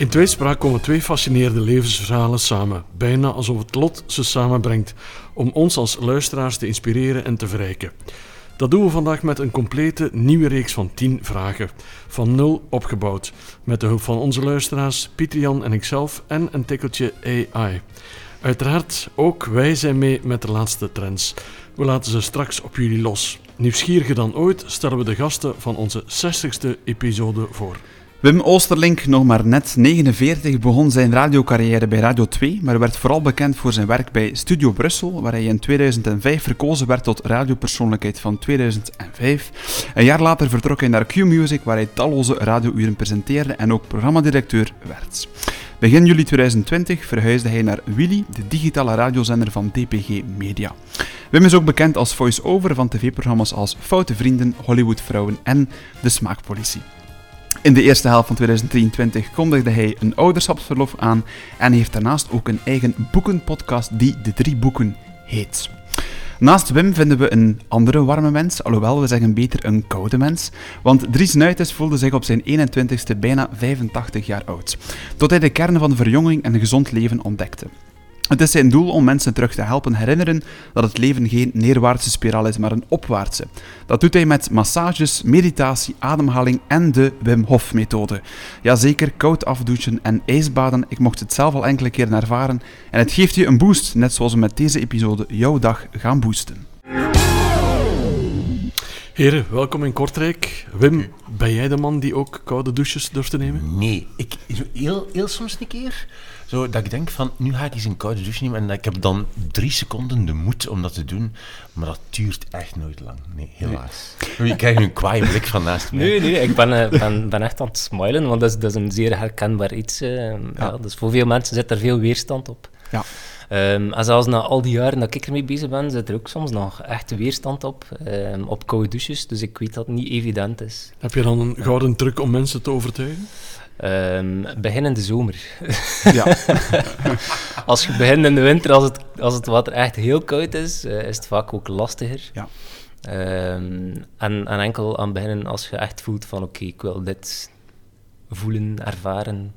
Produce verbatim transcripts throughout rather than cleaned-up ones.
In Tweespraak komen twee fascinerende levensverhalen samen, bijna alsof het lot ze samenbrengt, om ons als luisteraars te inspireren en te verrijken. Dat doen we vandaag met een complete nieuwe reeks van tien vragen, van nul opgebouwd, met de hulp van onze luisteraars, Pieter-Jan en ikzelf en een tikkeltje A I. Uiteraard, ook wij zijn mee met de laatste trends. We laten ze straks op jullie los. Nieuwsgieriger dan ooit stellen we de gasten van onze zestigste episode voor. Wim Oosterlink, nog maar net negenenveertig, begon zijn radiocarrière bij Radio twee, maar werd vooral bekend voor zijn werk bij Studio Brussel, waar hij in tweeduizend vijf verkozen werd tot radiopersoonlijkheid van tweeduizend vijf. Een jaar later vertrok hij naar Q-Music, waar hij talloze radiouren presenteerde en ook programmadirecteur werd. Begin juli tweeduizend twintig verhuisde hij naar Willy, de digitale radiozender van D P G Media. Wim is ook bekend als voice-over van tv-programma's als Foute Vrienden, Hollywoodvrouwen en De Smaakpolitie. In de eerste helft van tweeduizend drieëntwintig kondigde hij een ouderschapsverlof aan en heeft daarnaast ook een eigen boekenpodcast die De Drie Boeken heet. Naast Wim vinden we een andere warme mens, alhoewel we zeggen beter een koude mens, want Dries Nuytens voelde zich op zijn eenentwintigste bijna vijfentachtig jaar oud, tot hij de kern van verjonging en een gezond leven ontdekte. Het is zijn doel om mensen terug te helpen herinneren dat het leven geen neerwaartse spiraal is, maar een opwaartse. Dat doet hij met massages, meditatie, ademhaling en de Wim Hof methode. Jazeker, koud afdouchen en ijsbaden, ik mocht het zelf al enkele keren ervaren en het geeft je een boost, net zoals we met deze episode jouw dag gaan boosten. Heren, welkom in Kortrijk. Wim, ben jij de man die ook koude douches durft te nemen? Nee, ik, heel, heel soms een keer zo dat ik denk van, nu ga ik eens een koude douche nemen en ik heb dan drie seconden de moed om dat te doen, maar dat duurt echt nooit lang. Nee, helaas. Nee. Je krijgt nu een kwaaie blik van naast mij. Nee, nee, ik ben, uh, ben, ben echt aan het smilen, want dat is, dat is een zeer herkenbaar iets. Uh, ja. Ja, dus voor veel mensen zit er veel weerstand op. Ja. Um, en zelfs na al die jaren dat ik ermee bezig ben, zit er ook soms nog echt weerstand op, um, op koude douches, dus ik weet dat het niet evident is. Heb je dan een gouden truc om mensen te overtuigen? Um, begin in de zomer. Ja. Als je begint in de winter, als het, als het water echt heel koud is, uh, is het vaak ook lastiger. Ja. Um, en, en enkel aan beginnen als je echt voelt van oké, okay, ik wil dit voelen, ervaren.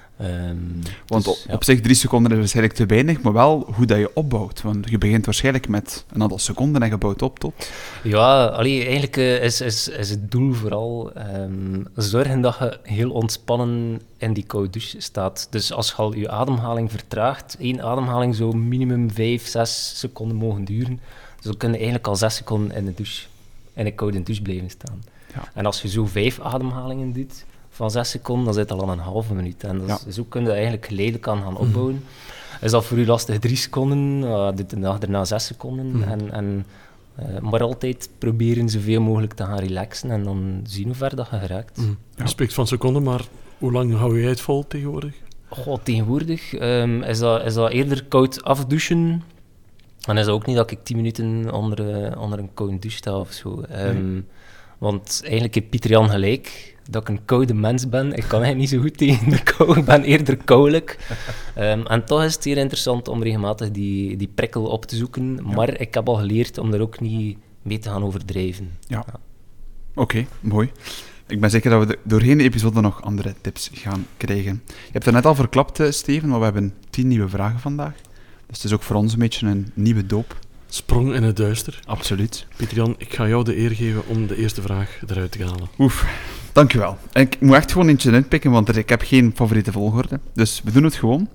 Um, Want dus, op, ja. op zich drie seconden is waarschijnlijk te weinig, maar wel hoe dat je opbouwt. Want je begint waarschijnlijk met een aantal seconden en je bouwt op tot... Ja, allee, eigenlijk uh, is, is, is het doel vooral um, zorgen dat je heel ontspannen in die koude douche staat. Dus als je al je ademhaling vertraagt, één ademhaling zou minimum vijf, zes seconden mogen duren. Dus dan kun je eigenlijk al zes seconden in de douche, in een koude douche blijven staan. Ja. En als je zo vijf ademhalingen doet, van zes seconden, dan zit het al aan een halve minuut. En dat is, Ja. zo kun je eigenlijk geleidelijk aan gaan opbouwen. Mm. Is dat voor u lastig drie seconden, uh, doet de dag daarna zes seconden. Mm. En, en, uh, maar altijd proberen zoveel mogelijk te gaan relaxen en dan zien hoe ver dat je geraakt. Mm. Ja. Je spreekt van seconden, maar hoe lang hou jij het vol tegenwoordig? Goh, tegenwoordig um, is, dat, is dat eerder koud afdouchen. En is dat ook niet dat ik tien minuten onder, uh, onder een koude douche sta of zo. Um, nee. Want eigenlijk heeft Pieter-Jan gelijk dat ik een koude mens ben. Ik kan eigenlijk niet zo goed tegen de kou. Ik ben eerder koudelijk. Um, en toch is het zeer interessant om regelmatig die, die prikkel op te zoeken. Ja. Maar ik heb al geleerd om er ook niet mee te gaan overdrijven. Ja. ja. Oké, okay, mooi. Ik ben zeker dat we doorheen de episode nog andere tips gaan krijgen. Je hebt het net al verklapt, Steven, maar we hebben tien nieuwe vragen vandaag. Dus het is ook voor ons een beetje een nieuwe doop. Sprong in het duister. Absoluut. Pieter-Jan, ik ga jou de eer geven om de eerste vraag eruit te halen. Oef, dankjewel. Ik moet echt gewoon eentje inpikken, want ik heb geen favoriete volgorde. Dus we doen het gewoon.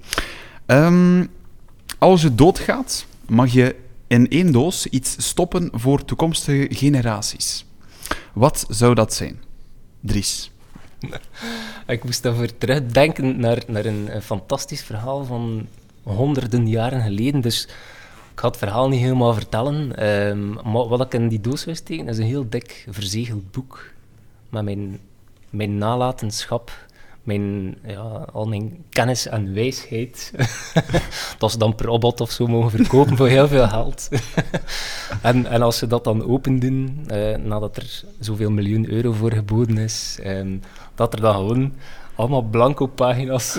Um, als je doodgaat, mag je in één doos iets stoppen voor toekomstige generaties. Wat zou dat zijn? Dries. Ik moest daarvoor terugdenken naar, naar een, een fantastisch verhaal van honderden jaren geleden. Dus ik ga het verhaal niet helemaal vertellen. Um, maar wat ik in die doos wist steken, is een heel dik verzegeld boek. Met mijn, mijn nalatenschap, mijn, ja, al mijn kennis en wijsheid. Dat ze dan per opbod of zo mogen verkopen voor heel veel geld. en, en als ze dat dan open doen, uh, nadat er zoveel miljoen euro voor geboden is, um, dat er dan gewoon allemaal blanco pagina's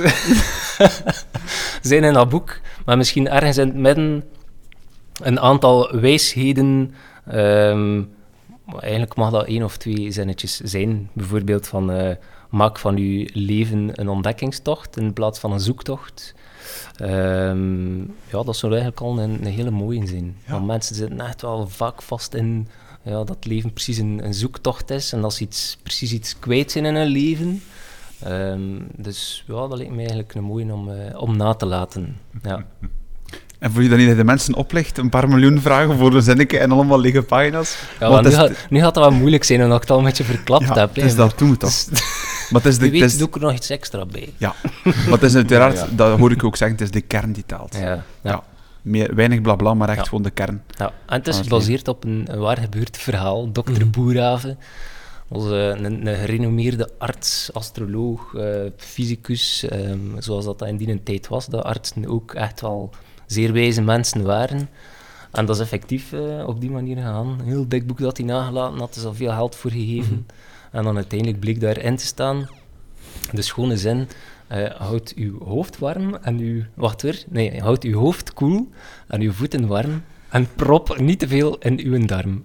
zijn in dat boek. Maar misschien ergens in het midden een aantal wijsheden. Um, eigenlijk mag dat één of twee zinnetjes zijn. Bijvoorbeeld van... Uh, maak van je leven een ontdekkingstocht in plaats van een zoektocht. Um, ja, dat zou eigenlijk al een, een hele mooie zijn. Ja. Want mensen zitten echt wel vaak vast in ja, dat het leven precies een, een zoektocht is en dat ze iets, precies iets kwijt zijn in hun leven. Um, dus ja, dat lijkt me eigenlijk een mooie om, uh, om na te laten. Ja. En voel je dan niet dat de mensen oplicht, een paar miljoen vragen voor een zinnetje en allemaal lege pagina's? Ja, want nu, gaat, nu gaat het wel moeilijk zijn, omdat ik het al een beetje verklapt ja, heb. Het is dat, doen we toch. Dus, maar het is de, wie weet het is, doe ik er nog iets extra bij. Ja, maar het is uiteraard, ja, ja. dat hoor ik ook zeggen, het is de kern die telt. Ja, ja. Ja. Meer, weinig blabla, maar echt ja. gewoon de kern. Ja. En het is gebaseerd op een, een waar gebeurd verhaal. dokter Mm. Boerhaven was uh, een, een gerenommeerde arts, astroloog, uh, fysicus, um, zoals dat in die tijd was, dat artsen ook echt wel zeer wijze mensen waren. En dat is effectief uh, op die manier gegaan. Een heel dik boek dat hij nagelaten had, er is al veel geld voor gegeven. Mm-hmm. En dan uiteindelijk bleek daarin te staan, de schone zin, uh, houd uw hoofd warm en uw... Wacht hoor, nee, houd uw hoofd koel en uw voeten warm en prop niet te veel in uw darm.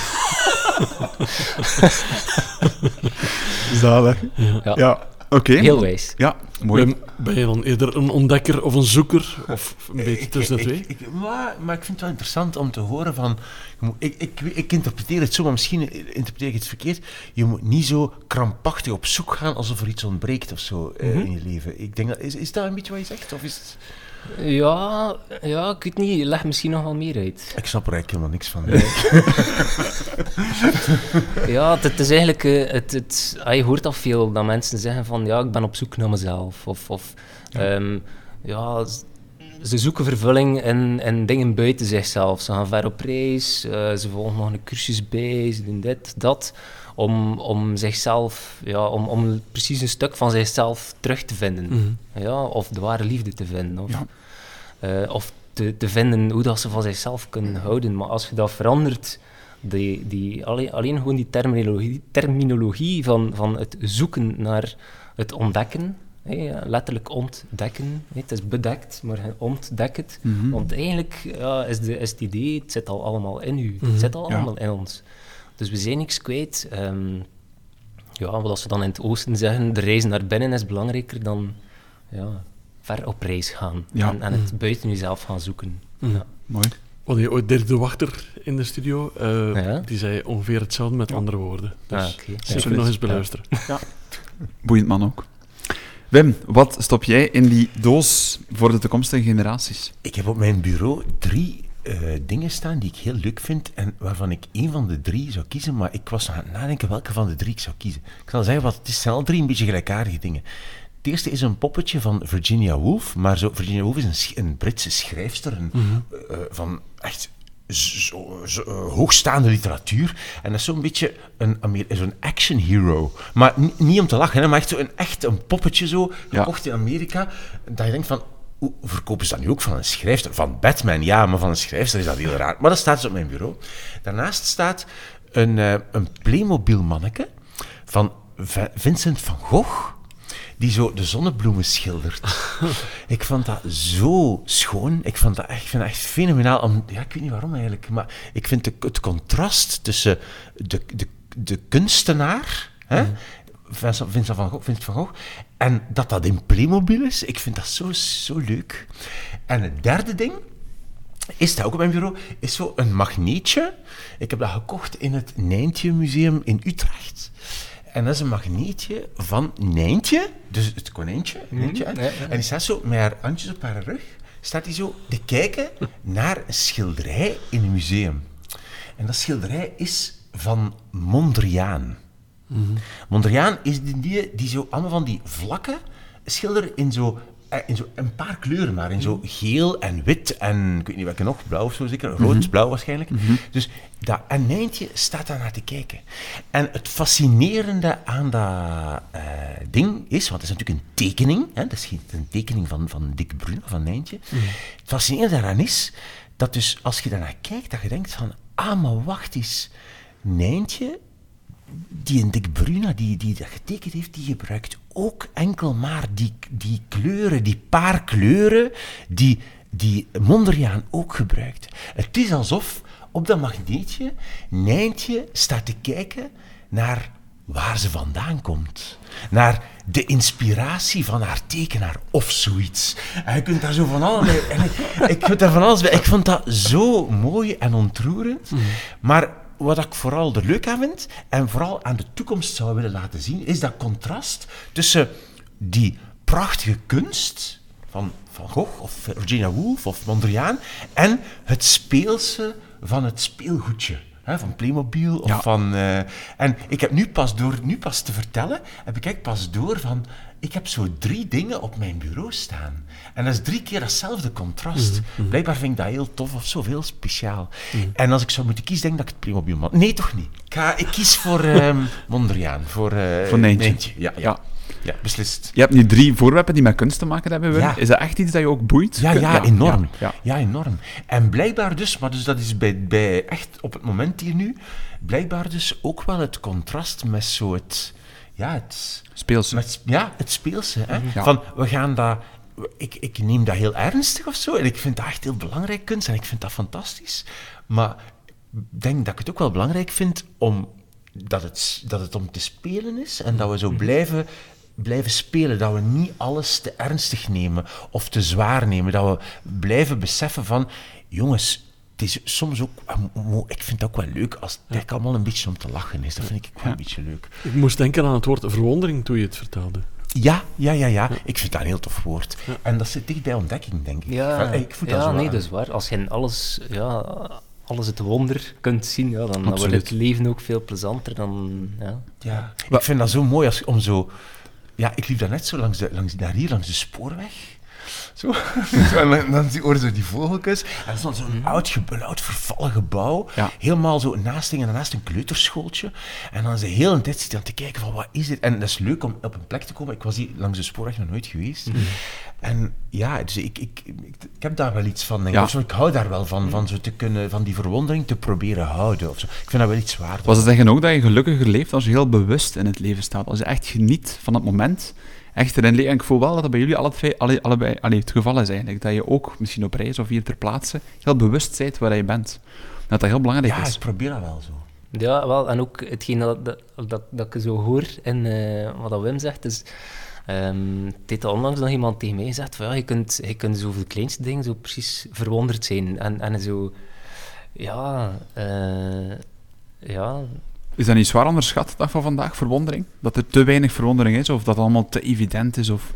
Zalig. Ja, ja. ja. Oké. Okay. Heel wijs. Ja, mooi. Ben, ben je dan eerder een ontdekker of een zoeker? Of een beetje ik, tussen de ik, twee? Ik, ik, maar, maar ik vind het wel interessant om te horen van... Ik, ik, ik interpreteer het zo, maar misschien interpreteer ik het verkeerd. Je moet niet zo krampachtig op zoek gaan alsof er iets ontbreekt of zo mm-hmm. uh, in je leven. Ik denk dat, is, is dat een beetje wat je zegt? Of is het... Ja, ja, ik weet niet. Leg misschien nog wel meer uit. Ik snap er eigenlijk helemaal niks van. Ja, het, het is eigenlijk... Uh, het, het, ah, je hoort al veel dat mensen zeggen van... Ja, ik ben op zoek naar mezelf. Of... of ja. Um, ja, ze zoeken vervulling in, in dingen buiten zichzelf. Ze gaan ver op reis. Uh, ze volgen nog een cursus bij. Ze doen dit, dat. Om, om zichzelf... Ja, om, om precies een stuk van zichzelf terug te vinden. Mm-hmm. Ja, of de ware liefde te vinden. Of, ja. uh, of te, te vinden hoe dat ze van zichzelf kunnen houden. Maar als je dat verandert... Die, die, alleen, alleen gewoon die terminologie, terminologie van, van het zoeken naar het ontdekken... Hey, letterlijk ontdekken. Hey, het is bedekt, maar ontdek het. Mm-hmm. Want eigenlijk ja, is, de, is het idee, het zit al allemaal in u. Mm-hmm. Het zit al allemaal ja. in ons. Dus we zijn niks kwijt. Um, ja, wat ze dan in het oosten zeggen, de reis naar binnen is belangrijker dan ja, ver op reis gaan. Ja. En, en het mm-hmm. buiten jezelf gaan zoeken. Mm-hmm. Ja. Mooi. We hadden ooit Dirk de Wachter in de studio. Uh, ja? Die zei ongeveer hetzelfde met ja. andere woorden. Dus ah, okay. zeker ja. nog eens beluisteren. Ja. Ja. Boeiend man ook. Wim, wat stop jij in die doos voor de toekomstige generaties? Ik heb op mijn bureau drie uh, dingen staan die ik heel leuk vind en waarvan ik één van de drie zou kiezen, maar ik was aan het nadenken welke van de drie ik zou kiezen. Ik zal zeggen, wat, het zijn al drie een beetje gelijkaardige dingen. Het eerste is een poppetje van Virginia Woolf, maar zo, Virginia Woolf is een, een Britse schrijfster een, mm-hmm. uh, van echt... Zo, zo, uh, hoogstaande literatuur. En dat is zo'n beetje een, zo'n action hero. Maar n- niet om te lachen, hè, maar echt, zo een, echt een poppetje zo, gekocht ja. in Amerika. Dat je denkt van, hoe verkopen ze dat nu ook van een schrijfster? Van Batman, ja, maar van een schrijfster is dat heel raar. Maar dat staat dus op mijn bureau. Daarnaast staat een, uh, een Playmobil-manneke van v- Vincent van Gogh, die zo de zonnebloemen schildert. Ik vond dat zo schoon. Ik vond dat echt, ik vind dat echt fenomenaal. Om, ja, ik weet niet waarom eigenlijk, maar ik vind de, het contrast tussen de, de, de kunstenaar, hè, mm. Vincent, Vincent, van Gogh, Vincent van Gogh, en dat dat in Playmobil is, ik vind dat zo, zo leuk. En het derde ding, is dat ook op mijn bureau, is zo een magneetje. Ik heb dat gekocht in het Nijntje Museum in Utrecht. En dat is een magneetje van Nijntje, dus het konijntje. Nijntje mm, ja, ja. En die staat zo met haar handjes op haar rug, staat die zo te kijken naar een schilderij in een museum. En dat schilderij is van Mondriaan. Mm-hmm. Mondriaan is die, die die zo allemaal van die vlakken schilderen in zo... In zo een paar kleuren maar, in zo geel en wit en ik weet niet welke nog, blauw of zo zeker, rood, mm-hmm. blauw waarschijnlijk. Mm-hmm. Dus dat een Nijntje staat daar naar te kijken. En het fascinerende aan dat uh, ding is, want het is natuurlijk een tekening, hè, dat is geen een tekening van, van Dick Bruna, van Nijntje. Mm-hmm. Het fascinerende daaraan is, dat dus als je daarnaar kijkt, dat je denkt van, ah, maar wacht eens, Nijntje, die een Dick Bruna, die, die dat getekend heeft, die gebruikt ook enkel maar die, die kleuren, die paar kleuren, die, die Mondriaan ook gebruikt. Het is alsof op dat magneetje Nijntje staat te kijken naar waar ze vandaan komt. Naar de inspiratie van haar tekenaar of zoiets. En je kunt daar zo van allerlei... En ik, ik kunt daar van alles bij. Ik vond dat zo mooi en ontroerend. Mm. Maar wat ik vooral er leuk aan vind, en vooral aan de toekomst zou willen laten zien, is dat contrast tussen die prachtige kunst van Van Gogh of Virginia Woolf of Mondriaan en het speelse van het speelgoedje. Hè, van Playmobil of ja. van... Uh, en ik heb nu pas door, nu pas te vertellen, heb ik eigenlijk pas door van... Ik heb zo drie dingen op mijn bureau staan. En dat is drie keer datzelfde contrast. Mm-hmm. Blijkbaar vind ik dat heel tof of zo, heel speciaal. Mm. En als ik zou moeten kiezen, denk ik dat ik het Playmobil... Man... Nee, toch niet. Ik, ga, ik kies voor um, Mondriaan. Voor, uh, voor Nijntje. Nijntje. Ja, ja. ja. Ja, beslist. Je hebt nu drie voorwerpen die met kunst te maken hebben. Ja. Is dat echt iets dat je ook boeit? Ja, ja, ja enorm. Ja, ja. ja, enorm. En blijkbaar dus, maar dus dat is bij, bij echt op het moment hier nu, blijkbaar dus ook wel het contrast met zo het... Ja, het... Speelse. Met, ja, het speelse. Hè? Ja. Van, we gaan dat... Ik, ik neem dat heel ernstig of zo. En ik vind dat echt heel belangrijk, kunst. En ik vind dat fantastisch. Maar ik denk dat ik het ook wel belangrijk vind om... Dat het, dat het om te spelen is. En dat we zo blijven... blijven spelen, dat we niet alles te ernstig nemen of te zwaar nemen, dat we blijven beseffen van, jongens, het is soms ook, ik vind het ook wel leuk als het ja. eigenlijk allemaal een beetje om te lachen is, dat vind ik wel ja. een beetje leuk. Ik moest denken aan het woord verwondering toen je het vertelde. Ja, ja, ja, ja. ja. Ik vind dat een heel tof woord. Ja. En dat zit dicht bij ontdekking, denk ik. Ja, ik vind ja dat zo nee, dat is waar. Als je in alles... Ja, alles het wonder kunt zien, ja, dan, dan wordt het leven ook veel plezanter dan... Ja, ja. Ik vind dat zo mooi als, om zo... Ja, ik liep daar net zo langs, de, langs daar hier, langs de spoorweg. Zo. En dan, dan horen ze die vogeltjes. En dat is dan zo'n mm. oud, een oud vervallen gebouw. Ja. Helemaal zo naast, en naast een kleuterschooltje. En dan is de hele tijd zitten aan te kijken van, wat is dit? En dat is leuk om op een plek te komen. Ik was hier langs de spoorweg nog nooit geweest. Mm. En ja, dus ik, ik, ik, ik heb daar wel iets van. Denk ja. ik. Ik hou daar wel van, van, zo te kunnen, van die verwondering te proberen houden. Of zo. Ik vind dat wel iets waard. Was het zeggen ook dat je gelukkiger leeft als je heel bewust in het leven staat? Als je echt geniet van het moment, echt erin leeft. En ik voel wel dat dat bij jullie alle twee, alle, allebei allee, het geval is eigenlijk. Dat je ook, misschien op reis of hier ter plaatse, heel bewust bent waar je bent. Dat dat heel belangrijk ja, is. Ja, ik probeer dat wel zo. Ja, wel. En ook hetgeen dat, dat, dat, dat ik zo hoor in uh, wat dat Wim zegt, is... Um, het heeft onlangs nog iemand tegen mij gezegd van ja, je kunt, je kunt zo voor de kleinste dingen zo precies verwonderd zijn. En, en zo... Ja... Uh, ja... Is dat niet zwaar onderschat, dag van vandaag, verwondering? Dat er te weinig verwondering is, of dat het allemaal te evident is, of...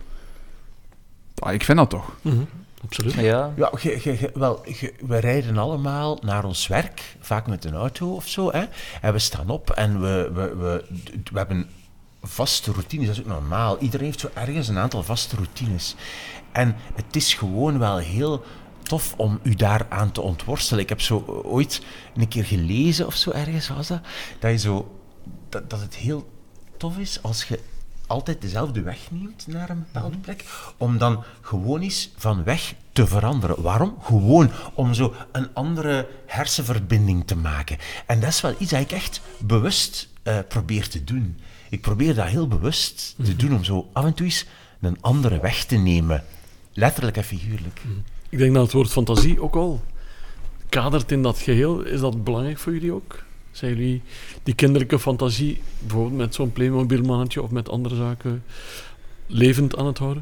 Ah, ik vind dat toch. Mm-hmm. Absoluut. Ja, ja ge, ge, ge, wel, ge, we rijden allemaal naar ons werk, vaak met een auto of zo, hè, en we staan op en we, we, we, we hebben vaste routines, dat is ook normaal. Iedereen heeft zo ergens een aantal vaste routines. En het is gewoon wel heel tof om u daaraan te ontworstelen. Ik heb zo ooit een keer gelezen, of zo ergens was dat, dat, je zo, dat, dat het heel tof is als je altijd dezelfde weg neemt naar een bepaalde plek, om dan gewoon eens van weg te veranderen. Waarom? Gewoon om zo een andere hersenverbinding te maken. En dat is wel iets dat ik echt bewust uh, probeer te doen. Ik probeer dat heel bewust te doen, om zo af en toe eens een andere weg te nemen. Letterlijk en figuurlijk. Ik denk dat het woord fantasie ook al kadert in dat geheel. Is dat belangrijk voor jullie ook? Zijn jullie die kinderlijke fantasie, bijvoorbeeld met zo'n Playmobil-mannetje of met andere zaken, levend aan het houden?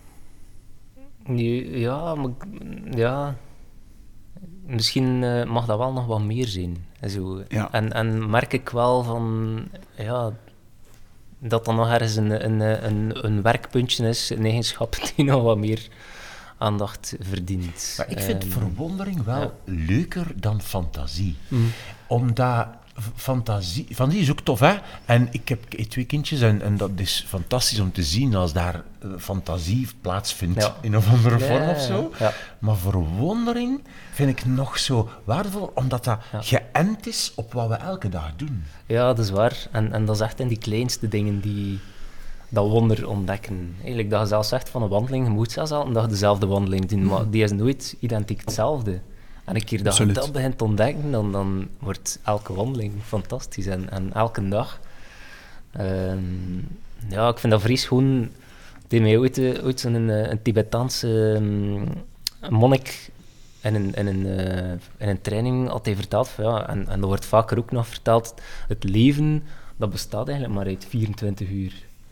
Nee, ja, maar, ja, misschien uh, mag dat wel nog wat meer zijn. Zo. Ja. En, en merk ik wel van, ja, dat dan nog ergens een, een, een, een werkpuntje is, een eigenschap die nog wat meer aandacht verdient. Maar ik vind um, verwondering wel ja. leuker dan fantasie. Mm. Omdat fantasie... Fantasie is ook tof, hè? En ik heb twee kindjes en, en dat is fantastisch om te zien als daar uh, fantasie plaatsvindt ja. in een of andere vorm ja, of zo. Ja. Maar verwondering vind ik nog zo waardevol, omdat dat ja. geënt is op wat we elke dag doen. Ja, dat is waar. En, en dat is echt in die kleinste dingen die... dat wonder ontdekken. Eigenlijk dat je zelfs zegt van een wandeling, je moet zelfs al een dag dezelfde wandeling doen, maar die is nooit identiek hetzelfde. En een keer dat Absoluut. je dat begint te ontdekken, dan, dan wordt elke wandeling fantastisch. En, en elke dag. Um, ja, ik vind dat vries gewoon... Het heeft mij ooit, ooit zo'n een, een Tibetaanse um, monnik in een, in, een, uh, in een training had hij verteld, van, ja, en, en dat wordt vaker ook nog verteld, het leven dat bestaat eigenlijk maar uit vierentwintig uur.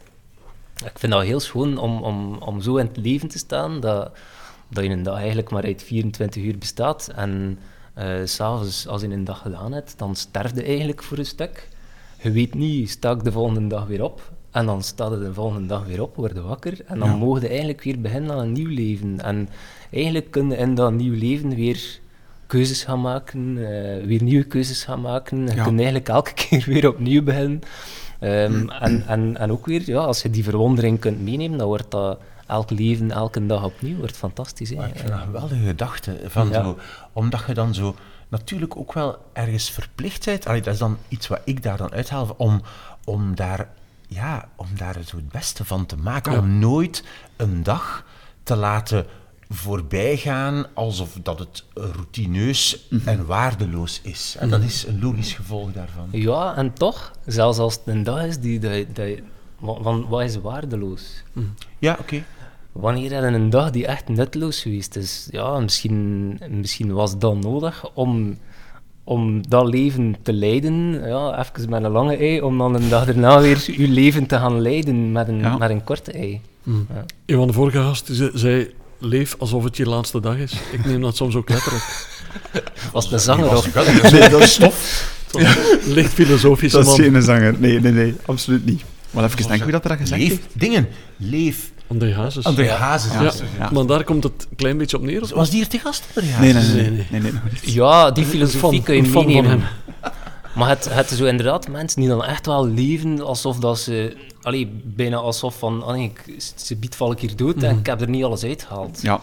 Ik vind dat heel schoon om, om, om zo in het leven te staan, dat, dat je een dag eigenlijk maar uit vierentwintig uur bestaat. En uh, s'avonds, als je een dag gedaan hebt, dan sterf je eigenlijk voor een stuk. Je weet niet, sta ik de volgende dag weer op? En dan sta je de volgende dag weer op, word je wakker. En dan ja. mogen je eigenlijk weer beginnen aan een nieuw leven. En eigenlijk kun je in dat nieuw leven weer keuzes gaan maken, uh, weer nieuwe keuzes gaan maken. Je ja. kunt eigenlijk elke keer weer opnieuw beginnen. Um, en, en, en ook weer, ja, als je die verwondering kunt meenemen, dan wordt dat elk leven, elke dag opnieuw, wordt fantastisch. Hè? Maar ik vind dat een geweldige gedachte, van ja. zo, omdat je dan zo natuurlijk ook wel ergens verplicht bent. Allee, dat is dan iets wat ik daar dan uithaal, om, om, daar, ja, om daar zo het beste van te maken. Ja. Om nooit een dag te laten voorbijgaan alsof dat het routineus mm-hmm. en waardeloos is. En mm-hmm. dat is een logisch gevolg daarvan. Ja, en toch, zelfs als het een dag is die... die, die van, wat is waardeloos? Mm. Ja, oké. Okay. Wanneer er een dag die echt nutteloos geweest is, ja, misschien, misschien was dat nodig om, om dat leven te leiden, ja, even met een lange ei, om dan een dag daarna weer je leven te gaan leiden met een, ja. met een korte ei. Mm. Ja. Een van de vorige gasten zei... Leef alsof het je laatste dag is. Ik neem dat soms ook letterlijk. Was het een zanger of? Nee, dat is stof. Ja. Licht filosofische man. Dat is geen zanger. Nee, nee, nee. Absoluut niet. Maar even denken hoe dat er gezegd heeft. Dingen. Leef. André Hazes. André Hazes. Ja. Ja. Ja. Maar daar komt het een klein beetje op neer. Of? Was die hier te gast? Nee, nee, nee. nee, nee, nee, nee, nee. Ja, die filosofie kun je meenemen. Maar het, het is zo inderdaad mensen die dan echt wel leven alsof dat ze... Allee, bijna alsof van... Allee, ik, ze biedt val ik hier dood mm-hmm. en ik heb er niet alles uitgehaald. Ja.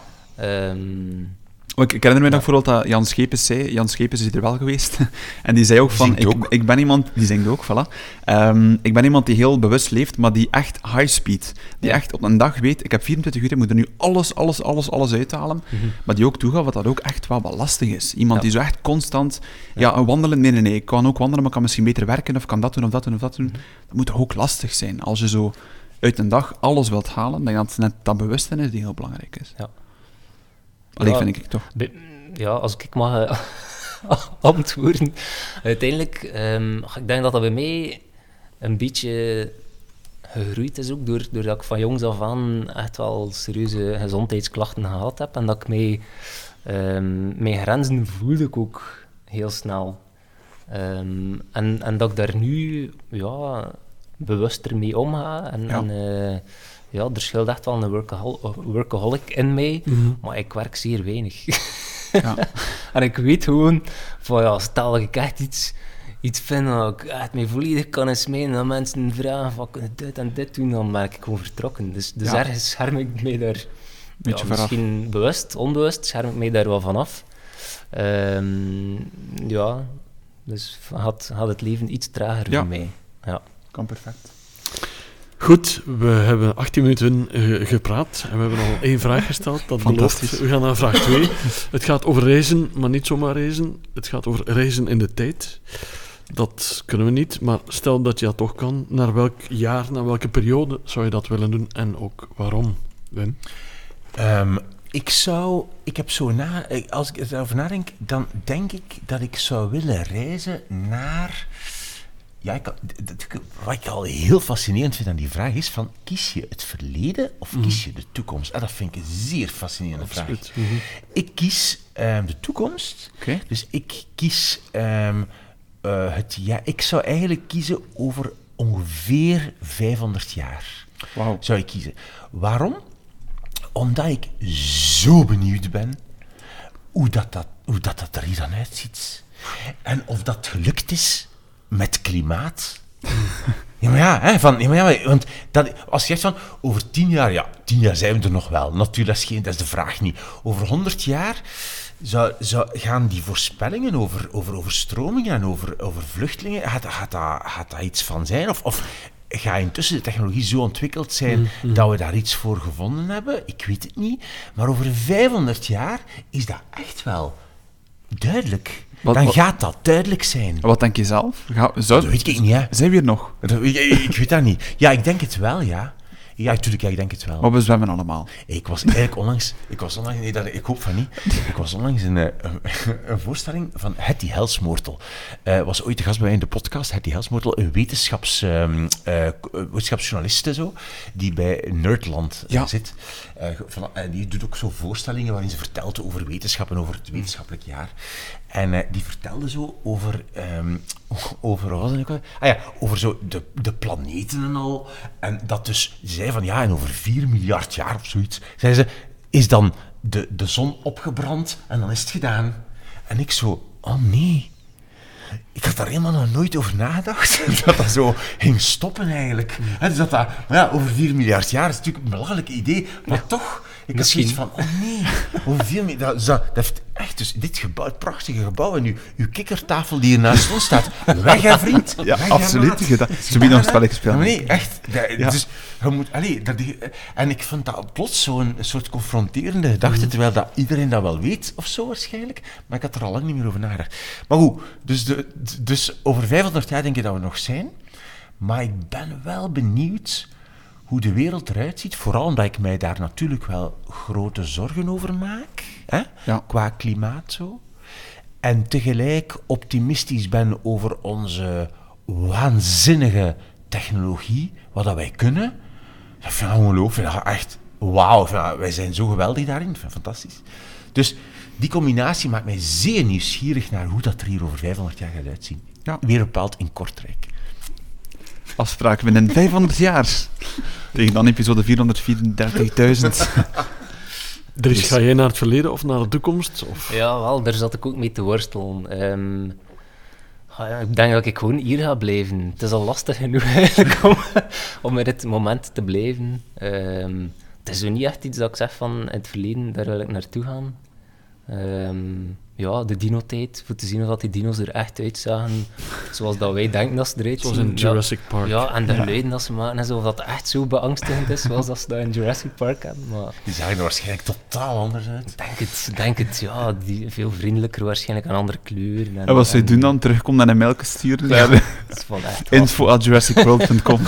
Um, ik, ik herinner me nog bijvoorbeeld dat Jan Schepens zei... Jan Schepens is er wel geweest. En die zei ook van... Ik, ook. ik ben iemand... Die zingt ook, voilà. Um, ik ben iemand die heel bewust leeft, maar die echt high speed. Die ja. echt op een dag weet... Ik heb vierentwintig uur, ik moet er nu alles, alles, alles, alles uithalen. Mm-hmm. Maar die ook toegaat wat dat ook echt wel wat lastig is. Iemand ja. die zo echt constant... Ja, ja, wandelen... Nee, nee, nee. Ik kan ook wandelen, maar ik kan misschien beter werken. Of kan dat doen, of dat doen, of dat doen. Mm-hmm. Dat moet toch ook lastig zijn. Als je zo uit een dag alles wilt halen, dan dat net dat bewustzijn is die heel belangrijk is. Ja. Allee, ja, vind ik toch. Be- ja, als ik mag uh, antwoorden. Uiteindelijk, um, ik denk dat dat bij mij een beetje gegroeid is ook, door, doordat ik van jongs af aan echt wel serieuze gezondheidsklachten gehad heb. En dat ik mij, um, mijn grenzen voelde ik ook heel snel. Um, en, en dat ik daar nu ja, bewuster mee omga. En, ja. en uh, ja, er scheelt echt wel een workahol- workaholic in mij, mm-hmm. maar ik werk zeer weinig. Ja. En ik weet gewoon, van ja, stel dat ik echt iets, iets vind dat ik echt mij volledig kan insmijnen, en mensen vragen van, kun je dit en dit doen, dan ben ik gewoon vertrokken. Dus, dus ja. ergens scherm ik mij daar, ja, misschien bewust, onbewust, scherm ik mij daar wel van af. Um, ja, dus had, had het leven iets trager ja. voor mij. Ja. Kan perfect. Goed, we hebben achttien minuten uh, gepraat en we hebben al één vraag gesteld. Dat belooft. We gaan naar vraag twee. Het gaat over reizen, maar niet zomaar reizen. Het gaat over reizen in de tijd. Dat kunnen we niet, maar stel dat je dat toch kan. Naar welk jaar, naar welke periode zou je dat willen doen en ook waarom, Wim? Um, ik zou... Ik heb zo na... Als ik erover nadenk, dan denk ik dat ik zou willen reizen naar... Ja, ik, dat, wat ik al heel fascinerend vind aan die vraag is van, kies je het verleden of mm. kies je de toekomst? En dat vind ik een zeer fascinerende Absoluut. vraag. Mm-hmm. Ik kies um, de toekomst. Okay. Dus ik kies um, uh, het ja, ik zou eigenlijk kiezen over ongeveer vijfhonderd jaar. Wow. Zou ik kiezen. Waarom? Omdat ik zo benieuwd ben hoe dat, dat, hoe dat, dat er hier dan uitziet. En of dat gelukt is met klimaat. Ja, maar ja, hè, van, ja, maar ja, want dat, als je zegt van, over tien jaar, ja, tien jaar zijn we er nog wel. Natuurlijk, dat is, geen, dat is de vraag niet. Over honderd jaar zou, zou, gaan die voorspellingen over, over overstromingen en over, over vluchtelingen, gaat, gaat, dat, gaat dat iets van zijn? Of, of gaat intussen de technologie zo ontwikkeld zijn mm-hmm. dat we daar iets voor gevonden hebben? Ik weet het niet. Maar over vijfhonderd jaar is dat echt wel duidelijk. Wat, dan wat, gaat dat duidelijk zijn. Wat denk je zelf? Ga, zou, dat weet ik niet, hè. Zijn we hier nog? Dat, ik, ik weet dat niet. Ja, ik denk het wel, ja. Ja, natuurlijk, ja, ik denk het wel. Maar we zwemmen allemaal. Ik was eigenlijk onlangs, ik was onlangs, nee, dat, ik hoop van niet, ik was onlangs in een, een, een voorstelling van Hetty Helsmoortel. Uh, was ooit de gast bij mij in de podcast, Hetty Helsmoortel, een wetenschaps, um, uh, wetenschapsjournaliste zo, die bij Nerdland uh, ja. zit. Uh, van, uh, die doet ook zo voorstellingen waarin ze vertelt over wetenschap en over het wetenschappelijk jaar. En uh, die vertelde zo over, um, over, wat was het ook? Ah ja, over zo de, de planeten en al. En dat dus, die zei van ja, en over vier miljard jaar of zoiets, zei ze, is dan de, de zon opgebrand en dan is het gedaan. En ik zo, oh nee. Ik had daar helemaal nog nooit over nagedacht, dat dat zo ging stoppen eigenlijk. He, dus dat dat, maar ja, over vier miljard jaar is natuurlijk een belachelijk idee, maar ja. toch, ik had zoiets van, oh nee, over vier miljard, dat, dat heeft echt, dus dit gebouw, het prachtige gebouw en uw, uw kikkertafel die hier naast ons staat, weg hè vriend, ja, weg, absoluut, hè, je dat, ze bieden nog een spelletje spelen. Nee, echt, dat, ja. dus, je moet, allez, dat, en ik vond dat plots zo'n soort confronterende gedachte, terwijl dat iedereen dat wel weet, of zo waarschijnlijk, maar ik had er al lang niet meer over nagedacht. Maar goed, dus, de, dus over vijfhonderd jaar denk ik dat we nog zijn, maar ik ben wel benieuwd hoe de wereld eruit ziet, vooral omdat ik mij daar natuurlijk wel grote zorgen over maak, hè? Ja. Qua klimaat zo, en tegelijk optimistisch ben over onze waanzinnige technologie, wat dat wij kunnen. Dat vind ik ongelooflijk, ik vind dat echt wauw, wij zijn zo geweldig daarin, ik vind dat fantastisch. Dus die combinatie maakt mij zeer nieuwsgierig naar hoe dat er hier over vijfhonderd jaar gaat uitzien. Ja. Weer bepaald in Kortrijk. Afspraken binnen vijfhonderd jaar. Tegen dan episode vierhonderdvierendertigduizend. Dries, ga jij naar het verleden of naar de toekomst? Of? Ja, wel, daar zat ik ook mee te worstelen. Um, ja, ik denk dat ik gewoon hier ga blijven. Het is al lastig genoeg eigenlijk om, om in dit moment te blijven. Um, het is zo niet echt iets dat ik zeg van in het verleden, daar wil ik naartoe gaan. Um, ja, de dino-tijd, voor te zien of die dino's er echt uitzagen zoals dat wij denken dat ze eruit zien. Zoals in Jurassic ja, Park. Ja, en de geluiden dat ze maken en zo, of dat echt zo beangstigend is zoals dat ze dat in Jurassic Park hebben. Maar die zagen er waarschijnlijk totaal anders uit. Ik denk het, denk het ja. Die, veel vriendelijker waarschijnlijk, een andere kleur. En, en wat ze en, doen dan? Terugkomt naar een mailje sturen? Ja, dat is van echt info at jurassic world punt com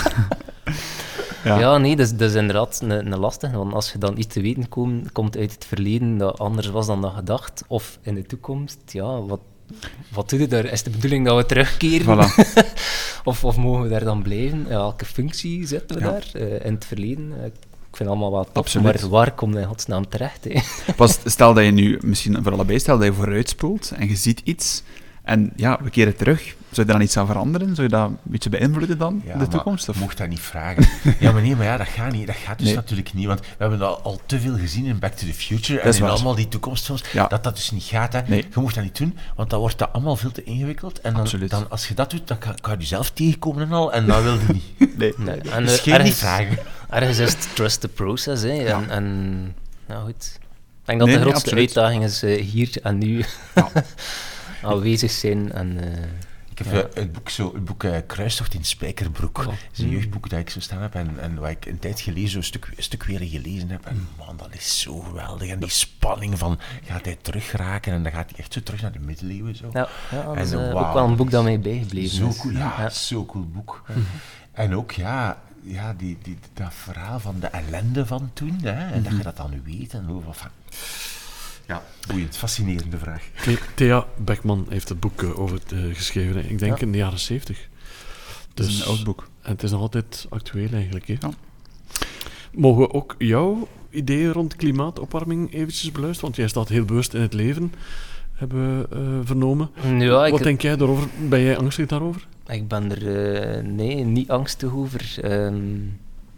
Ja. ja, nee, dat is, dat is inderdaad een, een lastige, want als je dan iets te weten kom, komt uit het verleden dat anders was dan dat gedacht, of in de toekomst, ja, wat, wat doe je daar? Is het de bedoeling dat we terugkeren? Voilà. of, of mogen we daar dan blijven? Ja, welke functie zetten we ja. daar uh, in het verleden? Uh, ik vind allemaal wel top, Absoluut. Maar waar komt in godsnaam terecht? Hè? Pas, stel dat je nu, misschien voor allebei, stel dat je vooruitspoelt en je ziet iets, en ja, we keren terug. Zou je daar dan iets aan veranderen? Zou je dat een beetje beïnvloeden dan, ja, in de toekomst? Je of? mocht dat niet vragen. Ja, maar nee, maar ja, dat gaat niet. Dat gaat dus nee. natuurlijk niet, want we hebben dat al te veel gezien in Back to the Future Dat en is in waar. allemaal die toekomstfilms, Ja. dat dat dus niet gaat. Hè. Nee. Je mocht dat niet doen, want dan wordt dat allemaal veel te ingewikkeld. En dan, Absoluut. dan als je dat doet, dan kan, kan je jezelf tegenkomen en al, en dat wil je niet. Nee. Nee, en, Dus uh, geen niet vragen. Ergens is het trust the process, hè. En, Ja. en nou goed. Ik denk dat Nee, de nee, grootste absoluut. uitdaging is uh, hier en nu Ja. aanwezig zijn. En, uh, Ik heb ja. uh, het boek, zo, het boek uh, Kruistocht in Spijkerbroek. Oh. Dat is een jeugdboek dat ik zo staan heb en, en waar ik een tijd geleden zo'n stuk, een stuk weer gelezen heb. En man, dat is zo geweldig. En die spanning van, gaat hij terugraken? En dan gaat hij echt zo terug naar de middeleeuwen. Zo. ja, ja, dat En is zo, uh, wauw. ook wel een boek dat mij bijgebleven Zo is. cool, ja, Ja. zo cool boek. En ook, ja, ja die, die, dat verhaal van de ellende van toen, hè, en Mm-hmm. dat je dat dan weet. En hoe, van. Ja, boeiend, fascinerende vraag. The- Thea Beckman heeft het boek uh, over uh, geschreven, hè. Ik denk Ja. in de jaren zeventig. Het is een oud boek. En het is nog altijd actueel eigenlijk. Hè. Ja. Mogen we ook jouw ideeën rond klimaatopwarming eventjes beluisteren? Want jij staat heel bewust in het leven, hebben we uh, vernomen. Ja, ik, Wat denk jij daarover? Ben jij angstig daarover? ik ben er uh, nee, niet angstig over. Um,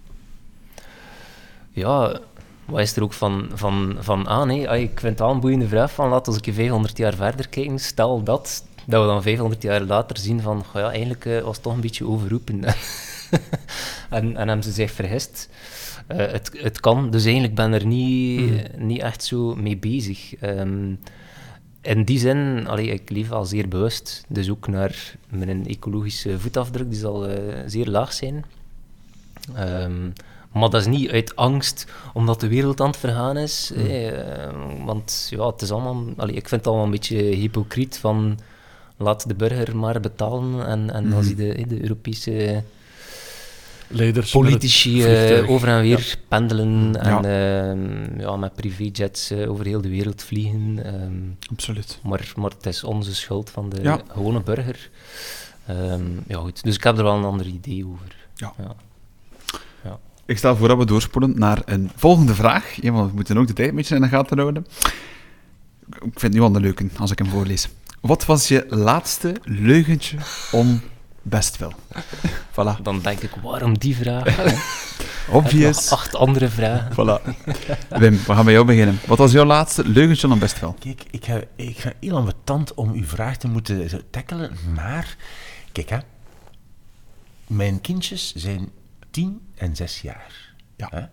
ja, wat is er ook van, van, van aan? Hè? Ay, ik vind het wel een boeiende vraag van, laten we eens vijfhonderd jaar verder kijken. Stel dat, dat we dan vijfhonderd jaar later zien van, goh ja, eigenlijk uh, was het toch een beetje overroepen. en, en hebben ze zich vergist. Uh, het, het kan, dus eigenlijk ben ik er niet, Mm. niet echt zo mee bezig. Um, in die zin, allee, ik leef al zeer bewust, dus ook naar mijn ecologische voetafdruk, die zal uh, zeer laag zijn. Um, maar dat is niet uit angst omdat de wereld aan het vergaan is. Mm. Hey, uh, want ja, het is allemaal, allee, ik vind het allemaal een beetje hypocriet van laat de burger maar betalen en, en mm. dan zie je de, de Europese Leiders politici met het vliegtuig. uh, over en weer Ja. pendelen en Ja. uh, ja, met privéjets uh, over heel de wereld vliegen. Um, Absoluut. maar, maar het is onze schuld van de Ja. gewone burger. Um, ja, goed. Dus ik heb er wel een ander idee over. Ja. Ja. Ja. Ik stel voor dat we doorspoelen naar een volgende vraag. Ja, want we moeten ook de tijd een beetje in de gaten houden. Ik vind het nu al een leuke als ik hem voorlees. Wat was je laatste leugentje om bestwil? Voilà. Dan denk ik, waarom die vraag? Obvious. Nog acht andere vragen. Voilà. Wim, we gaan bij jou beginnen. Wat was jouw laatste leugentje om bestwil? Kijk, ik ga, ik ga heel ambetant om uw vraag te moeten zo tackelen, maar kijk hè, mijn kindjes zijn tien en zes jaar. Ja. Hè?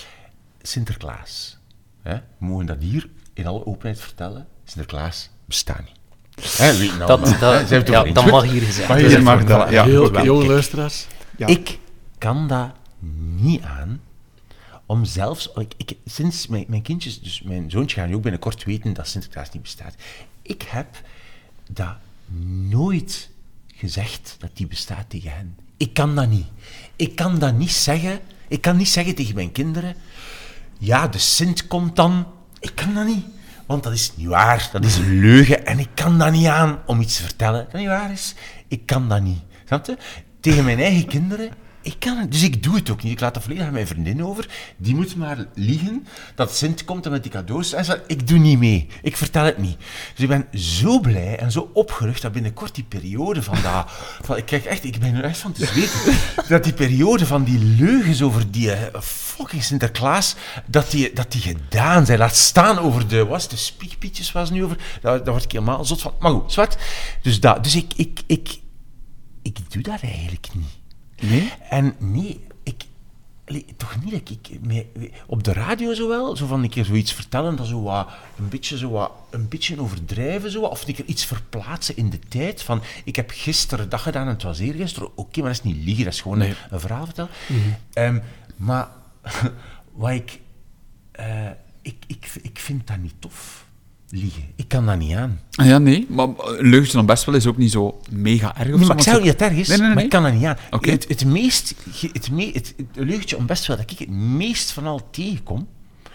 Sinterklaas. Hè? We mogen dat hier in alle openheid vertellen. Sinterklaas bestaat niet. Hè, weet je nou, Dat, maar, dat, hè, zijn we het ja, over eens? dat Goed. mag hier gezegd Mag worden. hier mag dat, ja. Heel, wel, jonge kijk. luisteraars. Ja. Ik kan dat niet aan om zelfs... Ik, ik, sinds mijn, mijn kindjes, dus mijn zoontje gaan nu ook binnenkort weten dat Sinterklaas niet bestaat. Ik heb dat nooit gezegd dat die bestaat tegen hen. Ik kan dat niet. Ik kan dat niet zeggen. Ik kan niet zeggen tegen mijn kinderen... Ja, de Sint komt dan. Ik kan dat niet. Want dat is niet waar. Dat is een leugen. En ik kan dat niet aan om iets te vertellen dat niet waar is. Ik kan dat niet. Snap je? Tegen mijn eigen kinderen... Ik kan het. Dus ik doe het ook niet. Ik laat dat volledig aan mijn vriendin over. Die moet maar liegen dat Sint komt en met die cadeaus. En zo, ik doe niet mee. Ik vertel het niet. Dus ik ben zo blij en zo opgelucht dat binnenkort die periode van dat... Van, ik, kijk echt, ik ben er echt van te zweten. Dat die periode van die leugens over die uh, fucking Sinterklaas, dat die, dat die gedaan zijn. Laat staan over de... Wat was het, de spiekpietjes was nu over? Daar, daar word ik helemaal zot van. Maar goed, zwart. Dus, dat, dus ik, ik, ik, ik doe dat eigenlijk niet. Nee? En nee, ik... allee, toch niet dat ik... Mij, op de radio zo wel, zo van een keer zoiets vertellen, dat zo wat, een beetje zo wat, een beetje overdrijven, zo wat, of een keer iets verplaatsen in de tijd, van, ik heb gisteren dat gedaan en het was eergisteren, oké, okay, maar dat is niet liegen, dat is gewoon Nee. een, een verhaal vertellen. Mm-hmm. Um, maar, wat ik, uh, ik, ik... Ik vind dat niet tof. Liegen. Ik kan dat niet aan. Ja, nee, maar een leugentje dan bestwil is ook niet zo mega erg of Nee, zo, maar ik want zeg zo- niet dat het erg is, Nee, nee, nee, maar ik kan dat niet aan. Oké. Het, het meest, het, me, het, het leugentje om best wel dat ik het meest van al tegenkom,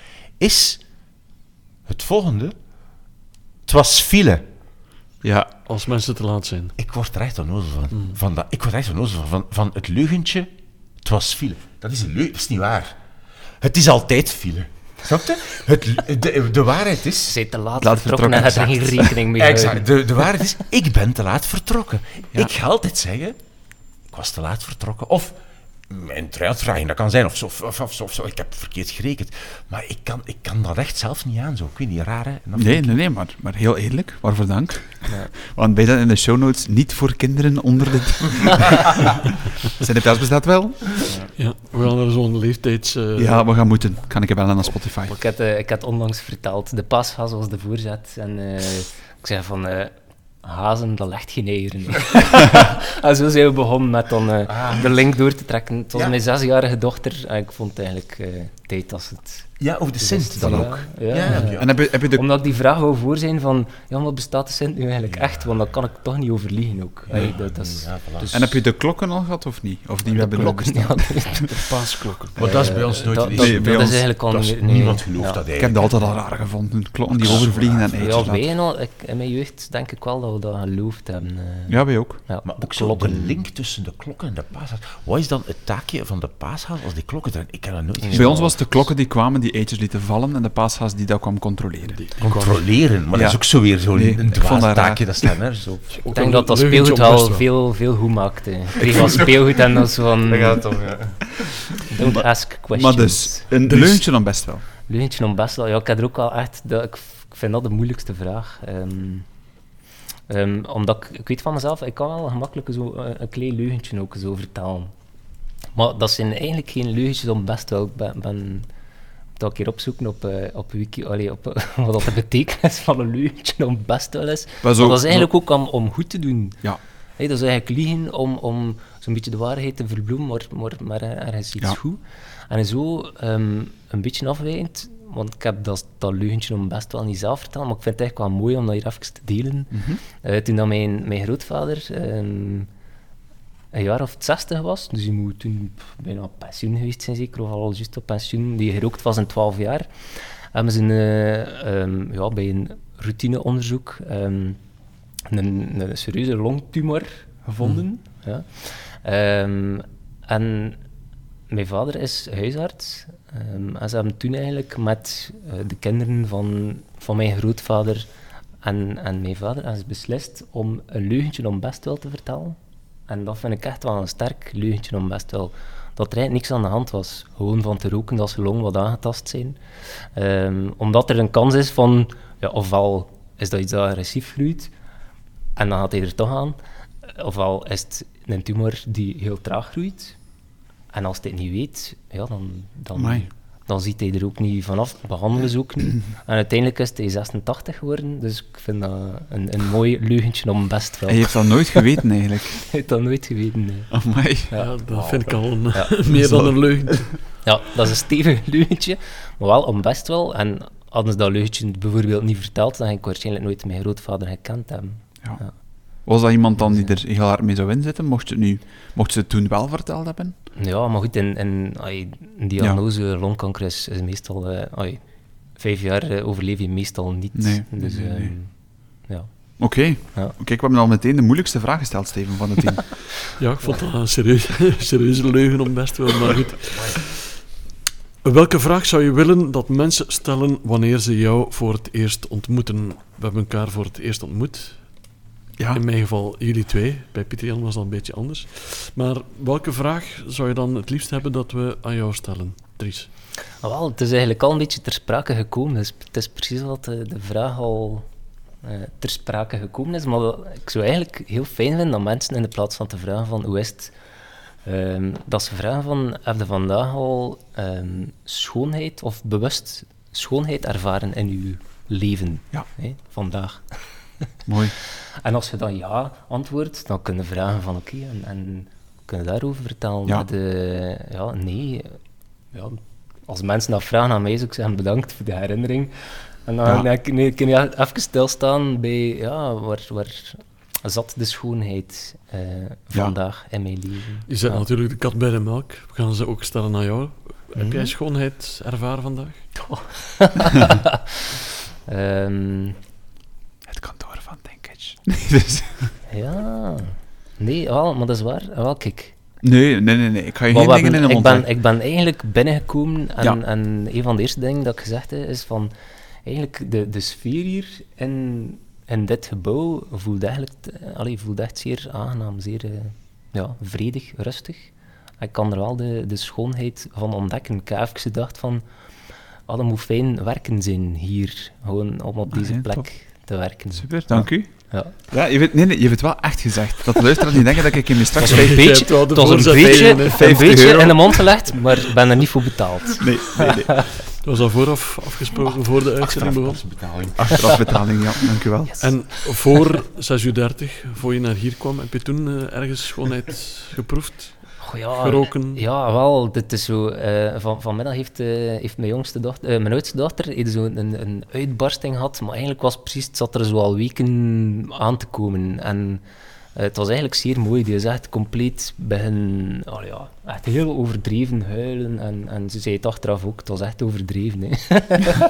is het volgende. Het was file. Ja, Als mensen te laat zijn. Ik word er echt onnozel van. van dat, ik word er echt onnozel van, van. Van het leugentje, het was file. Dat is een leugen, dat is niet waar. Het is altijd file. Snap je? Het, de, de waarheid is... Ze zijn te laat, Laat vertrokken en vertrokken, had er geen rekening mee gehouden. Exact. De, de waarheid is, ik ben te laat vertrokken. Ja. Ik ga altijd zeggen, ik was te laat vertrokken. Of mijn treinvertraging, dat kan zijn. Of zo, of, of, of, of zo. Ik heb verkeerd gerekend. Maar ik kan, ik kan dat echt zelf niet aan. Zo. Ik weet niet, raar hè? En dan nee, denk nee, nee, maar, maar heel eerlijk, waarvoor dank. Ja. Want bij dat in de show notes niet voor kinderen onder de... Sinterklaas bestaat wel? Ja, we gaan er zo'n leeftijds... eh, Ja, we gaan moeten. Kan ik bellen naar Spotify. Maar ik had, uh, ik had onlangs verteld, de pasgas was de voorzet. En uh, ik zei van, uh, hazen, dat legt geen eieren. En zo zijn we begonnen met dan, uh, Ah. de link door te trekken. Het was Ja. mijn zesjarige dochter en ik vond het eigenlijk uh, tijd als het... Ja, over de Sint dan Ja, ook. Ja, Ja, ja. ja. En heb je, heb je de... Omdat ik die vraag wou voor zijn van, ja, wat bestaat de Sint nu eigenlijk echt? Want dan kan ik toch niet over liegen ook. Allee, dat, dat is, Ja, voilà. dus En heb je de klokken al gehad of niet? Of die de hebben klokken, bestaan? ja, De paasklokken. Maar dat is bij ons nooit dat, een dat, issue. Nee, bij dat ons- is eigenlijk al... Dat is, nee, nee. niemand gelooft Ja. dat Ik heb eigenlijk. dat altijd al raar gevonden. Klokken die overvliegen en eitjes Ja, laten. wij al, ik, in mijn jeugd denk ik wel dat we dat geloofd hebben. uh. Ja, wij ook. Ja, Maar de ook zo klokken. de link tussen de klokken en de paashaas. Wat is dan het taakje van de paashaas als die klokken erin? Ik kan dat nooit Ja. Bij ons was het de klokken die kwamen, die eitjes lieten vallen en de paashaas die dat kwam controleren. Die- controleren. Maar Ja. dat is ook zo weer zo'n Nee, een ik vond dwaas dat raar. taakje. Dat staat nergens op. Ik denk dat dat leugentje speelgoed om best al wel. veel, veel goed maakte. Ik kreeg wel speelgoed en dat is van... om, ja. Don't ask questions. Maar dus, een Dus- leuntje dan best wel. Leugentje om best wel. Ja, ik heb er ook wel echt... Dat, ik, ik vind dat de moeilijkste vraag. Ehm, ehm, omdat ik, ik weet van mezelf, ik kan wel gemakkelijk zo een, een klein leugentje ook zo vertellen. Maar dat zijn eigenlijk geen leugentjes om best wel. Ik ben... ben dat een keer opzoeken op, uh, op wiki, allee, op, uh, wat dat de betekenis van een leugentje om best wel is. Maar zo- Maar dat is eigenlijk ook om, om goed te doen. Ja. Hey, dat is eigenlijk liegen om, om zo'n beetje de waarheid te verbloemen, maar, maar, maar ergens iets Ja. goed. En zo um, een beetje afwijkend, want ik heb dat, dat leugentje om best wel niet zelf vertellen, maar ik vind het eigenlijk wel mooi om dat hier even te delen. Mhm. Uh, toen dat mijn, mijn grootvader um, een jaar of zestig was, dus die moet toen pff, bijna op pensioen geweest zijn zeker, of al juist op pensioen, die gerookt was in twaalf jaar, hebben ze een, uh, um, ja, bij een routineonderzoek um, een, een serieuze longtumor gevonden. Mm. Ja. Um, en mijn vader is huisarts um, en ze hebben toen eigenlijk met uh, de kinderen van, van mijn grootvader en, en mijn vader hebben ze beslist om een leugentje om best wel te vertellen. En dat vind ik echt wel een sterk leugentje om best wel. Dat er eigenlijk niks aan de hand was. Gewoon van te roken dat ze long wat aangetast zijn. Um, omdat er een kans is van, ja, ofwel is dat iets dat agressief groeit en dan gaat hij er toch aan. Ofwel is het een tumor die heel traag groeit. En als hij het niet weet, ja, dan, dan, dan ziet hij er ook niet vanaf. Behandelen ze ook niet. En uiteindelijk is hij zesentachtig geworden. Dus ik vind dat een, een mooi leugentje om best wel. Hij heeft dat nooit geweten, eigenlijk. Hij heeft dat nooit geweten, nee. Amai. Ja, ja, dat vind ik al een, ja. meer dan een leugentje. Ja, dat is een stevig leugentje, maar wel om best wel. En hadden ze dat leugentje bijvoorbeeld niet verteld, dan had ik waarschijnlijk nooit mijn grootvader gekend hebben. Ja. Ja. Was dat iemand dan die er heel hard mee zou inzitten, mocht je het, nu, mocht je het toen wel verteld hebben? Ja, maar goed, in, in, ay, een diagnose ja. longkanker is, is meestal... Uh, ay, vijf jaar uh, overleef je meestal niet. Nee, dus, nee, nee. Um, ja. Oké. Okay. Ja. Kijk, we hebben al meteen de moeilijkste vraag gesteld, Steven, van het team. Ja, ik vond dat een serieus, serieuze leugen om best wel, maar goed. Welke vraag zou je willen dat mensen stellen wanneer ze jou voor het eerst ontmoeten? We hebben elkaar voor het eerst ontmoet. Ja. In mijn geval jullie twee. Bij Pieter Jan was dat een beetje anders. Maar welke vraag zou je dan het liefst hebben dat we aan jou stellen, Dries? Ah, wel, het is eigenlijk al een beetje ter sprake gekomen. Dus het is precies wat de, de vraag al uh, ter sprake gekomen is. Maar dat, ik zou eigenlijk heel fijn vinden dat mensen in de plaats van te vragen van hoe is het, um, dat ze vragen van, heb je vandaag al um, schoonheid of bewust schoonheid ervaren in je leven? Ja. Hey, vandaag. Mooi. En als je dan ja antwoordt, dan kunnen vragen van oké, okay, en, en kunnen daarover vertellen. Ja. Maar de, ja, nee. Ja, als mensen dat vragen aan mij, zou ik zeggen bedankt voor de herinnering. En dan Ja. nee, nee, kun je even stilstaan bij ja, waar, waar zat de schoonheid uh, vandaag in mijn leven. Je zet ja. natuurlijk de kat bij de melk. We gaan ze ook stellen aan jou. Mm-hmm. Heb jij schoonheid ervaren vandaag? Oh. um, Het kantoor van Denkage. dus. Ja, nee, wel, maar dat is waar. Wel, kijk. Nee, nee, nee, nee. Ik ga je Maar geen dingen in de ik mond ben, leggen. ik ben eigenlijk binnengekomen en, Ja. en een van de eerste dingen dat ik gezegd heb is van eigenlijk de, de sfeer hier in, in dit gebouw voelt eigenlijk, allee, voelt echt zeer aangenaam, zeer uh, ja, vredig, rustig. Ik kan er wel de, de schoonheid van ontdekken. Ik heb even gedacht van, ah, dat moet fijn werken zijn hier, gewoon om op deze Ah, ja, plek top. te werken. Super, dank u. Ja. Ja, je weet, nee, nee, je hebt het wel echt gezegd. Dat de luisteraars niet denken dat ik hem straks... Het was een Je beetje, hebt wel de het was een voorzet beetje, tegen, hè. een vijftig beetje euro. in de mond gelegd, maar ik ben er niet voor betaald. Nee, nee, nee. Het was al vooraf afgesproken, voor de uitzending begon. betaling. Achterafbetaling, ja, dank u wel. Yes. En voor zes uur dertig, voor je naar hier kwam, heb je toen uh, ergens schoonheid geproefd? Goh, ja, Geroken? Ja, wel. Dit is zo, uh, van, vanmiddag heeft, uh, heeft mijn, jongste dochter, uh, mijn oudste dochter heeft zo een, een uitbarsting gehad, maar eigenlijk was het precies, het zat er zo al weken aan te komen. En uh, het was eigenlijk zeer mooi. Die is echt compleet begin, oh ja, echt heel overdreven huilen. En, en ze zei het achteraf ook, het was echt overdreven. Hè.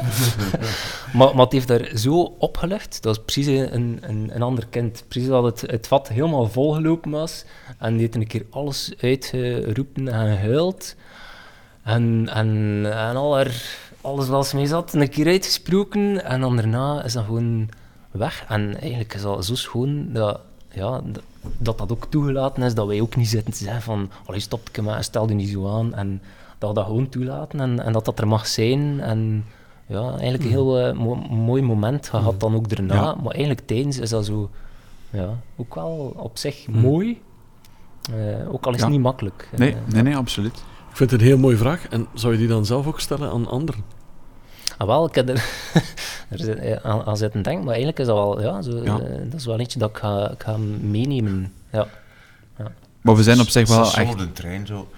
maar, maar het heeft daar zo opgelucht, dat was precies een, een, een ander kind. Precies dat het, het vat helemaal volgelopen was. En die heeft een keer alles uitgeroepen en gehuild. En, en, en al haar, alles wat ze mee zat, een keer uitgesproken. En dan daarna is dat gewoon weg. En eigenlijk is dat zo schoon dat ja, dat, dat ook toegelaten is. Dat wij ook niet zitten te zeggen van allee, stop ik maar, stel je niet zo aan. En dat we dat gewoon toelaten en, en dat dat er mag zijn. En ja, eigenlijk een heel uh, mo- mooi moment gehad dan ook daarna. Ja. Maar eigenlijk tijdens is dat zo... Ja, ook wel op zich Mm. mooi. Uh, ook al is het Ja. niet makkelijk. Nee, Uh, nee, nee, absoluut. Ik vind het een heel mooie vraag. En zou je die dan zelf ook stellen aan anderen? Ah, wel, ik heb er, er zit, eh, aan, aan zitten denken, maar eigenlijk is dat wel... Ja, zo, Ja. uh, dat is wel eentje dat ik ga, ik ga meenemen. Ja. Maar we zijn op zich wel Station echt... op de trein, zo.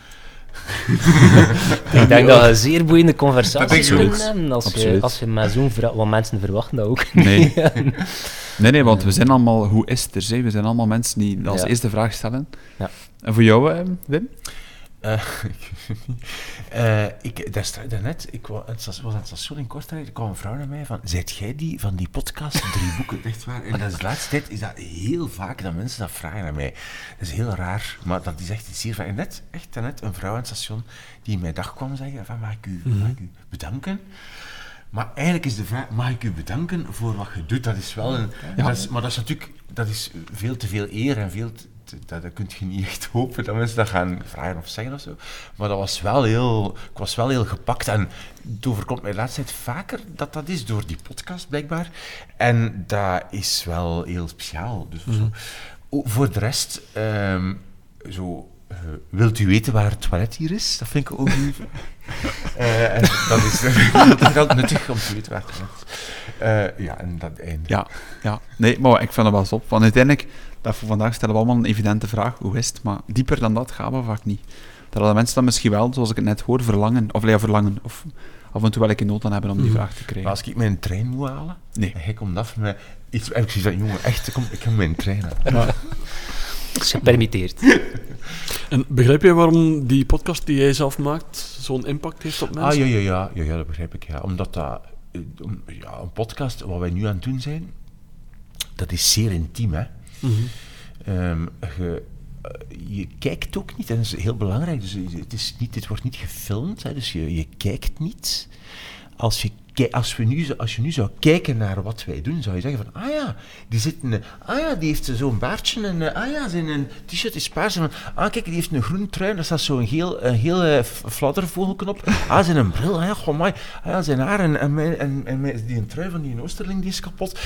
Ik denk dat je een zeer boeiende conversatie Dat denk ik kunt ook. hebben als je, Absoluut. als je met zo'n vrouw... Want mensen verwachten dat ook Nee. niet. Nee, nee, want we zijn allemaal... Hoe is het er? Zeg? We zijn allemaal mensen die als Ja. eerste vraag stellen. Ja. En voor jou, uh, Wim? Uh, uh, ik, daar sta, daarnet, ik was aan het station in Kortrijk, er kwam een vrouw naar mij van, zijt jij die van die podcast, drie boeken, echt waar? En dat is de laatste tijd is dat heel vaak dat mensen dat vragen aan mij. Dat is heel raar, maar dat is echt iets zeer vaak. En net, echt daarnet, een vrouw aan het station die in mijn dag kwam zeggen van, mag ik u, mm-hmm. mag ik u bedanken? Maar eigenlijk is de vraag, mag ik u bedanken voor wat je doet? Dat is wel een... Ja. Dat is, maar dat is natuurlijk dat is veel te veel eer en veel te, Dat, dat kun je niet echt hopen dat mensen dat gaan vragen of zeggen of zo. Maar dat was wel heel, ik was wel heel gepakt. En het overkomt mij de laatste tijd vaker dat dat is, door die podcast blijkbaar. En dat is wel heel speciaal. Dus mm-hmm. o, voor de rest, um, zo, uh, wilt u weten waar het toilet hier is? Dat vind ik ook lief. uh, en dat is dat is nuttig om te weten waar het toilet is. Uh, ja, en dat einde. Ja, ja, nee, maar ik vind dat wel eens op. Want uiteindelijk... Dat voor vandaag stellen we allemaal een evidente vraag, hoe is het? Maar dieper dan dat gaan we vaak niet. Dat de mensen dan misschien wel, zoals ik het net hoor, verlangen, of ja, verlangen, of af en toe wel een nood aan hebben om die mm. vraag te krijgen. Maar als ik mijn trein moet halen, nee. en hij komt af met iets, en ik zeg, jongen, echt, kom, ik heb mijn trein halen. Ja. Dat is gepermitteerd. En begrijp je waarom die podcast die jij zelf maakt zo'n impact heeft op mensen? Ah, ja, ja, ja, ja, ja dat begrijp ik, ja. Omdat dat, ja, een podcast, wat wij nu aan het doen zijn, dat is zeer intiem, hè. Mm-hmm. Um, je, uh, je kijkt ook niet, en dat is heel belangrijk, dus het is niet, dit wordt niet gefilmd, hè, dus je, je kijkt niet. Als je, als, we nu, als je nu zou kijken naar wat wij doen, zou je zeggen van, ah ja, die, zit een, ah ja, die heeft zo'n baardje, en uh, ah ja, zijn een t-shirt is paars, en ah kijk, die heeft een groen trui, daar staat zo'n heel, een heel uh, fladdervogelknop, ah, zijn een bril, ah ja, goh, my, ah ja, zijn haar, en, en, en, en, en die een trui van die Oosterling, die is kapot.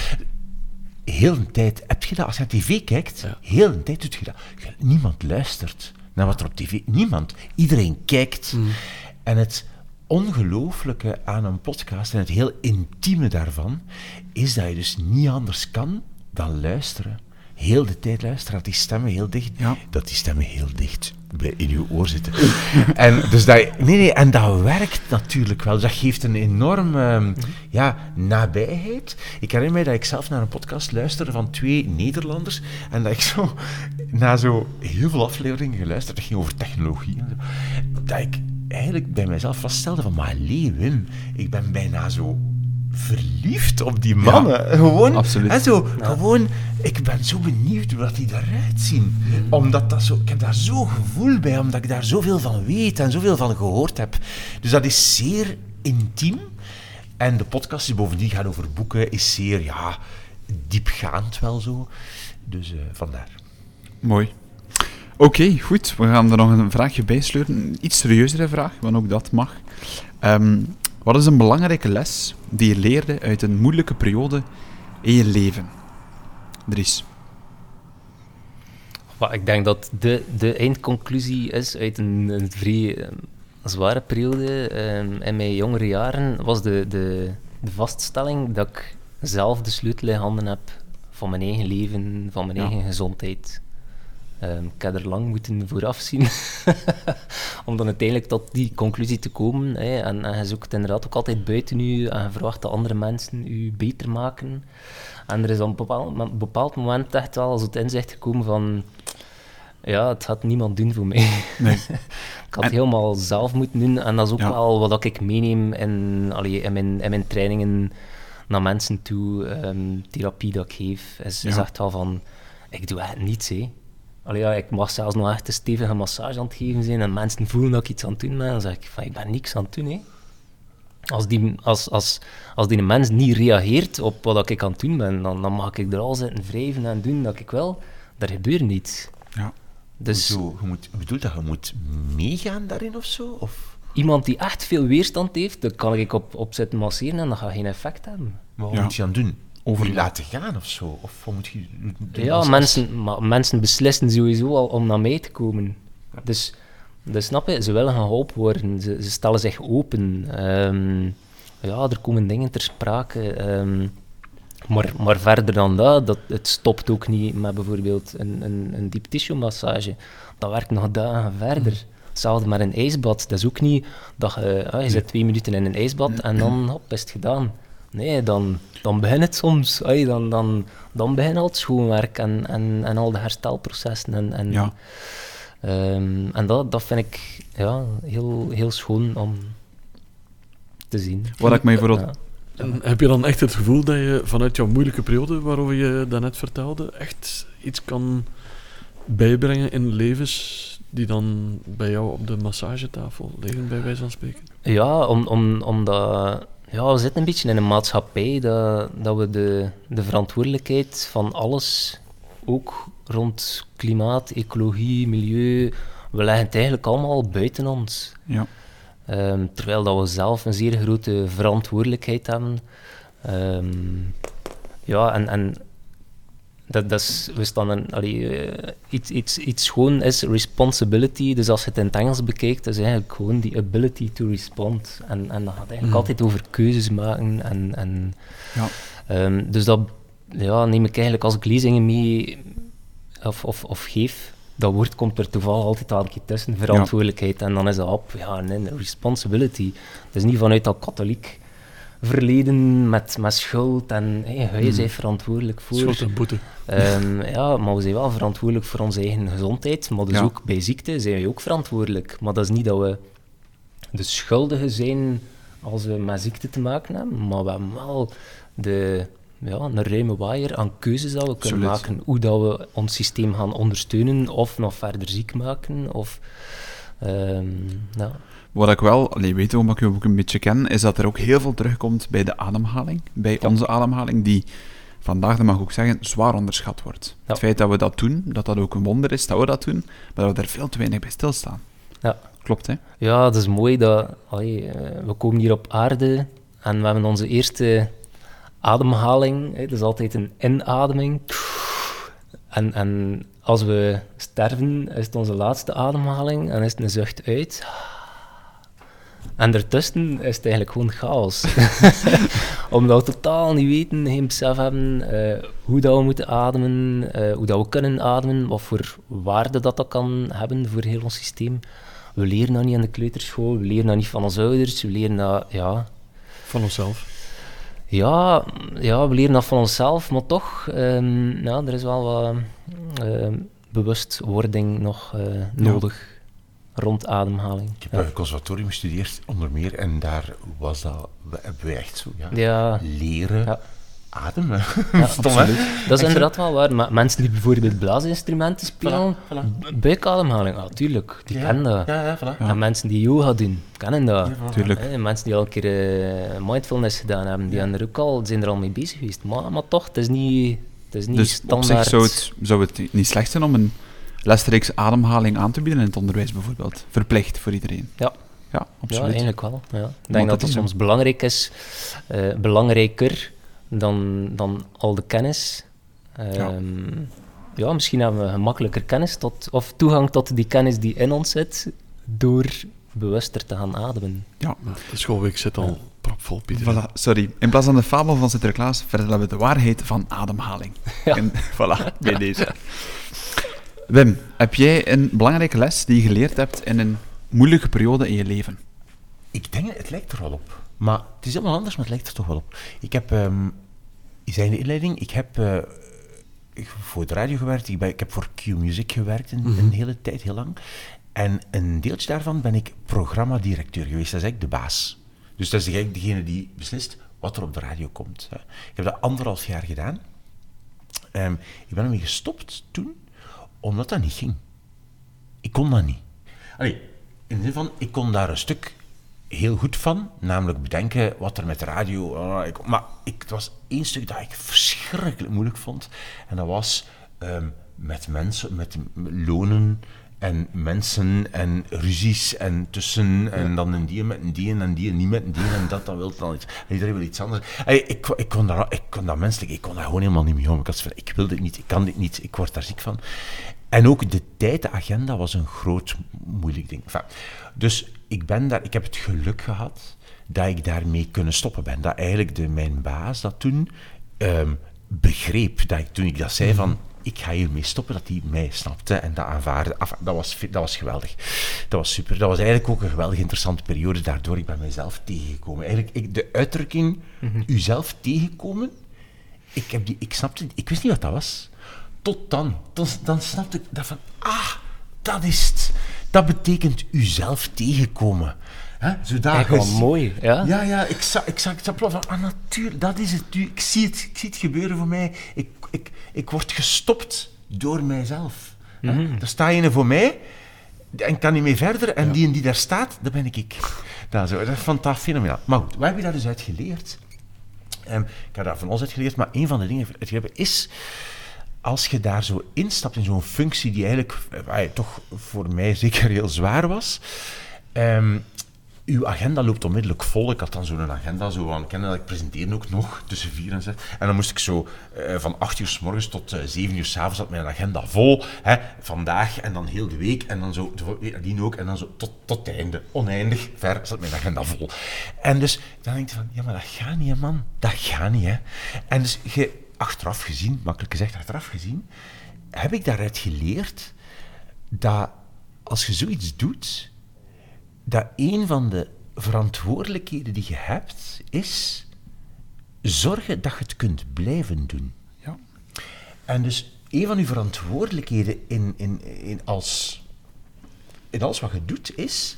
Heel een tijd heb je dat, als je naar tv kijkt, ja. heel een tijd doet je dat. Niemand luistert naar wat er op tv... Niemand. Iedereen kijkt. Mm. En het ongelooflijke aan een podcast en het heel intieme daarvan, is dat je dus niet anders kan dan luisteren. Heel de tijd luisteren, dat die stemmen heel dicht... Ja. Dat die stemmen heel dicht bij, in je oor zitten. en, dus dat, nee, nee, en dat werkt natuurlijk wel. Dus dat geeft een enorme um, ja, nabijheid. Ik herinner mij dat ik zelf naar een podcast luisterde van twee Nederlanders en dat ik zo na zo heel veel afleveringen geluisterd, dat ging over technologie en zo, dat ik eigenlijk bij mijzelf vaststelde van, maar allee, Wim, ik ben bijna zo verliefd op die mannen. Ja, gewoon, absoluut. En zo, ja. gewoon, ik ben zo benieuwd hoe dat die eruit zien. Mm. Omdat dat zo, ik heb daar zo gevoel bij, omdat ik daar zoveel van weet en zoveel van gehoord heb. Dus dat is zeer intiem. En de podcast die bovendien gaat over boeken, is zeer, ja, diepgaand wel zo. Dus uh, vandaar. Mooi. Oké, okay, goed. We gaan er nog een vraagje bij sleuren. Een iets serieuzere vraag, want ook dat mag. Um, Wat is een belangrijke les die je leerde uit een moeilijke periode in je leven? Dries. Well, ik denk dat de, de eindconclusie is uit een, een vrij um, zware periode um, in mijn jongere jaren, was de, de, de vaststelling dat ik zelf de sleutel in handen heb van mijn eigen leven, van mijn ja. eigen gezondheid. Um, ik heb er lang moeten vooraf zien om dan uiteindelijk tot die conclusie te komen. Hè. En, en je zoekt inderdaad ook altijd buiten u en je verwacht dat andere mensen u beter maken. En er is op een bepaald, een bepaald moment echt wel als het inzicht gekomen van, ja, het gaat niemand doen voor mij. Nee. Ik had het helemaal zelf moeten doen en dat is ook ja. wel wat ik meeneem in, allee, in, mijn, in mijn trainingen naar mensen toe, um, therapie dat ik geef, is, ja. is echt wel van, ik doe echt niets, hè. Allee, ja, ik mag zelfs nog echt een stevige massage aan het geven zijn en mensen voelen dat ik iets aan het doen ben, dan zeg ik van, ik ben niks aan het doen, hè. Als die, als, als, als die mens niet reageert op wat ik aan het doen ben, dan, dan mag ik er al zitten wrijven en doen dat ik wil. Dat gebeurt niet. Ja. Dus, Zo, je moet, bedoel dat je moet meegaan daarin of zo? Of? Iemand die echt veel weerstand heeft, daar kan ik op, op zitten masseren en dat gaat geen effect hebben. Maar wat ja. moet je aan doen? Over je laten gaan of zo? Of wat moet je doen? Ja, mensen, maar mensen beslissen sowieso al om naar mij te komen. Ja. Dus, dus snap je, ze willen geholpen worden, ze, ze stellen zich open. Um, ja, er komen dingen ter sprake. Um, maar, maar verder dan dat, dat, het stopt ook niet met bijvoorbeeld een, een, een deep tissue massage. Dat werkt nog dagen verder. Hetzelfde met een ijsbad. Dat is ook niet dat je, ah, je zit twee minuten in een ijsbad en dan hop, is het gedaan. Nee, dan, dan begint het soms. Ay, dan, dan, dan begint al het schoonwerk en, en, en al de herstelprocessen. En, en, ja. Um, en dat, dat vind ik ja, heel, heel schoon om te zien. Wat ik mij vooral... Ja. En heb je dan echt het gevoel dat je vanuit jouw moeilijke periode, waarover je daarnet vertelde, echt iets kan bijbrengen in levens die dan bij jou op de massagetafel liggen, bij wijze van spreken? Ja, om, om, omdat ja, we zitten een beetje in een maatschappij dat, dat we de, de verantwoordelijkheid van alles, ook rond klimaat, ecologie, milieu, we leggen het eigenlijk allemaal buiten ons. Ja. Um, terwijl dat we zelf een zeer grote verantwoordelijkheid hebben. Um, ja, en, en dat, dat is, we staan een, allee, uh, iets, iets, iets gewoon is responsibility. Dus als je het in het Engels bekijkt, is eigenlijk gewoon die ability to respond. En, en dat gaat eigenlijk mm. altijd over keuzes maken. En, en, ja. um, dus dat ja, neem ik eigenlijk als ik lezingen mee of, of, of geef. Dat woord komt er toevallig altijd al een keer tussen, verantwoordelijkheid. Ja. En dan is dat op, ja, nee, responsibility. Het is niet vanuit dat katholiek verleden met, met schuld en hey, je bent verantwoordelijk voor. Schuld en boete. Um, ja, maar we zijn wel verantwoordelijk voor onze eigen gezondheid. Maar dus ja. ook bij ziekte zijn we ook verantwoordelijk. Maar dat is niet dat we de schuldigen zijn als we met ziekte te maken hebben. Maar we hebben wel de... Ja, een ruime waaier aan keuzes dat we kunnen Absoluut. maken. Hoe dat we ons systeem gaan ondersteunen of nog verder ziek maken. Of, um, ja. Wat ik wel allee, weet, omdat ik je ook een beetje ken, is dat er ook heel veel terugkomt bij de ademhaling. Bij ja. onze ademhaling, die vandaag, dat mag ik ook zeggen, zwaar onderschat wordt. Ja. Het feit dat we dat doen, dat dat ook een wonder is dat we dat doen, maar dat we er veel te weinig bij stilstaan. Ja. Klopt, hè? Ja, het is mooi dat... Allee, we komen hier op aarde en we hebben onze eerste... ademhaling, het is altijd een inademing. En, en als we sterven, is het onze laatste ademhaling en is het een zucht uit. En daartussen is het eigenlijk gewoon chaos. Omdat we totaal niet weten, geen besef hebben uh, hoe dat we moeten ademen, uh, hoe dat we kunnen ademen, wat voor waarde dat, dat kan hebben voor heel ons systeem. We leren dat niet aan de kleuterschool, we leren dat niet van onze ouders, we leren dat, ja... Van onszelf. Ja, ja, we leren dat van onszelf, maar toch, um, ja, er is wel wat uh, bewustwording nog uh, nodig ja. rond ademhaling. Ik heb ja. bij het conservatorium gestudeerd, onder meer, en daar was dat, we hebben we echt zo, ja, ja. leren ja. ademen. Ja, Stom, absoluut. hè? Dat is inderdaad wel waar, maar mensen die bijvoorbeeld blaasinstrumenten spelen, Voilà, voilà. buikademhaling, ah, tuurlijk, die ja, kennen dat. Ja, ja, voilà. En mensen die yoga doen, kennen dat. Ja, voilà. Tuurlijk. Hè, mensen die al een keer uh, mindfulness gedaan hebben, die Ja. zijn er ook al, zijn er al mee bezig geweest. Maar, maar toch, het is niet, het is niet Dus standaard. op zich zou het, zou het niet slecht zijn om een lesreeks ademhaling aan te bieden in het onderwijs bijvoorbeeld. Verplicht voor iedereen. Ja. Ja, absoluut. Ja, eigenlijk wel. Ja. Ik Want denk dat dat het is soms belangrijk is, uh, belangrijker dan, dan al de kennis. Um, ja. ja, misschien hebben we gemakkelijker kennis tot, of toegang tot die kennis die in ons zit, door bewuster te gaan ademen. Ja. De schoolweek zit al ja. propvol, Pieter. Voilà, sorry. In plaats van de fabel van Sinterklaas vertellen we de waarheid van ademhaling. Ja. En voilà, bij deze. Wim, heb jij een belangrijke les die je geleerd hebt in een moeilijke periode in je leven? Ik denk, het lijkt er wel op. Maar het is helemaal anders, maar het lijkt er toch wel op. Ik heb, um, ik zei in de inleiding, ik heb uh, voor de radio gewerkt, ik, ben, ik heb voor Q-Music gewerkt een, mm-hmm. een hele tijd, heel lang. En een deeltje daarvan ben ik programmadirecteur geweest, dat is eigenlijk de baas. Dus dat is eigenlijk degene die beslist wat er op de radio komt. Hè. Ik heb dat anderhalf jaar gedaan. Um, ik ben ermee gestopt toen, omdat dat niet ging. Ik kon dat niet. Allee, in de zin van, ik kon daar een stuk heel goed van, namelijk bedenken wat er met de radio... Uh, ik, maar ik, het was één stuk dat ik verschrikkelijk moeilijk vond. En dat was um, met mensen, met lonen en mensen en ruzies en tussen... En ja. dan een die met een die en die en niet met een die en dat, dan wil het dan iets. En iedereen wil iets anders. Hey, ik, ik, kon dat, ik kon dat menselijk, ik kon daar gewoon helemaal niet mee om. Ik had van, ik wil dit niet, ik kan dit niet, ik word daar ziek van. En ook de tijd, de agenda was een groot moeilijk ding. Enfin, dus ik ben daar, ik heb het geluk gehad dat ik daarmee kunnen stoppen ben. Dat eigenlijk de, mijn baas dat toen um, begreep, dat ik toen ik dat zei van, ik ga hiermee stoppen, dat hij mij snapte en dat aanvaarde. Enfin, dat, was, dat was geweldig. Dat was super. Dat was eigenlijk ook een geweldig interessante periode, daardoor ik ben mezelf tegengekomen. Eigenlijk, ik, de uitdrukking, mm-hmm. uzelf tegenkomen, ik, heb die, ik snapte, ik wist niet wat dat was. Tot dan. dan. Dan snapte ik dat van, ah, dat is het. Dat betekent uzelf tegenkomen. Hè? Zodat Echt wel mooi, ja? Ja, ja, ik zag, ik zag, ik zag van, ah, natuurlijk, dat is het. Ik zie het, ik zie het gebeuren voor mij. Ik, ik, ik word gestopt door mijzelf. Mm-hmm. Daar staat je voor mij en kan niet meer verder. En ja. die die daar staat, dat ben ik ik. Dat, zo, dat is fantastisch fenomenaal. Maar goed, wat heb je daar dus uit geleerd? Um, ik heb daar van ons uit geleerd, maar een van de dingen uit geleerd is... Als je daar zo instapt in zo'n functie die eigenlijk uh, toch voor mij zeker heel zwaar was... Um, uw agenda loopt onmiddellijk vol. Ik had dan zo'n agenda, zo aan kennen dat ik presenteerde ook nog tussen vier en zes. En dan moest ik zo uh, van acht uur 's morgens tot uh, zeven uur 's avonds had mijn agenda vol. Hè, vandaag en dan heel de week en dan zo, die ook, en dan zo tot, tot het einde. Oneindig ver zat mijn agenda vol. En dus dan denk je van, ja, maar dat gaat niet, hè, man. Dat gaat niet, hè. En dus je, achteraf gezien, makkelijk gezegd, achteraf gezien, heb ik daaruit geleerd dat als je zoiets doet... dat een van de verantwoordelijkheden die je hebt, is zorgen dat je het kunt blijven doen. Ja. En dus een van je verantwoordelijkheden in, in, in, als, in alles wat je doet, is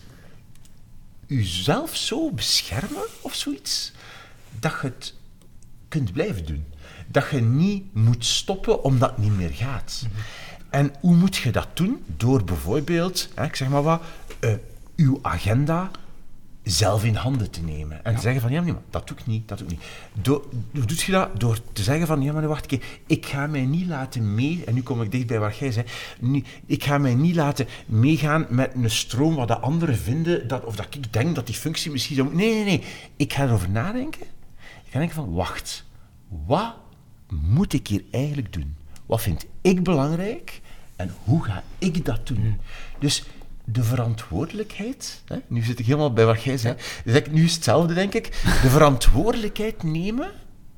jezelf zo beschermen, of zoiets, dat je het kunt blijven doen. Dat je niet moet stoppen omdat het niet meer gaat. Mm-hmm. En hoe moet je dat doen? Door bijvoorbeeld, hè, ik zeg maar wat... Uh, uw agenda zelf in handen te nemen. En ja. te zeggen van, ja, maar dat doe ik niet, dat doe ik niet. Door, hoe doe je dat? Door te zeggen van, ja, maar wacht een keer, ik ga mij niet laten mee, en nu kom ik dicht bij wat jij zei, nu, ik ga mij niet laten meegaan met een stroom wat de anderen vinden, dat, of dat ik denk dat die functie misschien zou... Nee, nee, nee. Ik ga erover nadenken. Ik ga denken van, wacht, wat moet ik hier eigenlijk doen? Wat vind ik belangrijk? En hoe ga ik dat doen? Hmm. Dus... de verantwoordelijkheid, hè, nu zit ik helemaal bij wat jij zei, dus ik, nu is hetzelfde, denk ik, de verantwoordelijkheid nemen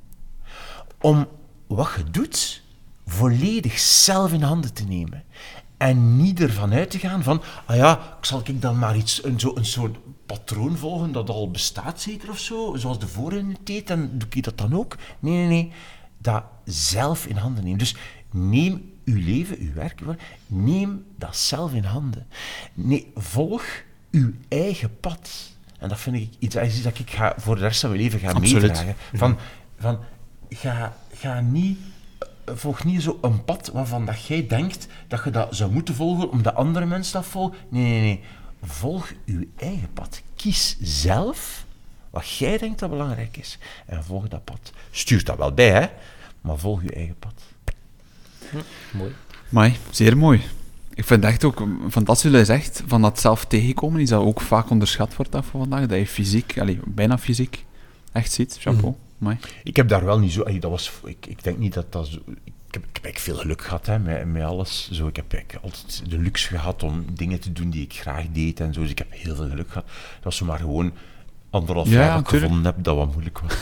om wat je doet volledig zelf in handen te nemen. En niet ervan uit te gaan van, ah ja, zal ik dan maar iets, een, zo, een soort patroon volgen dat al bestaat zeker of zo, zoals de vorige deed, en doe ik dat dan ook? Nee, nee, nee. Dat zelf in handen nemen. Dus neem uw leven, uw werk, neem dat zelf in handen. Nee, volg uw eigen pad. En dat vind ik iets, iets dat ik ga, voor de rest van mijn leven ga Absoluut. meedragen. Van, van, ga, ga niet, volg niet zo een pad waarvan dat jij denkt dat je dat zou moeten volgen, omdat andere mensen dat volgen. Nee, nee, nee. Volg uw eigen pad. Kies zelf wat jij denkt dat belangrijk is. En volg dat pad. Stuur dat wel bij, hè. Maar volg je eigen pad. Hm, mooi. Amai, zeer mooi. Ik vind het echt ook fantastisch dat je zegt, van dat zelf tegenkomen, iets dat ook vaak onderschat wordt af van vandaag, dat je fysiek, allez, bijna fysiek, echt ziet. Chapeau. Mm. Ik heb daar wel niet zo... Dat was, ik, ik denk niet dat dat zo... Ik heb, ik heb eigenlijk veel geluk gehad, hè, met, met alles. Zo, ik heb eigenlijk altijd de luxe gehad om dingen te doen die ik graag deed en zo. Dus ik heb heel veel geluk gehad. Dat was zomaar gewoon anderhalf ja, jaar dat ik tuurlijk. gevonden heb dat wat moeilijk was.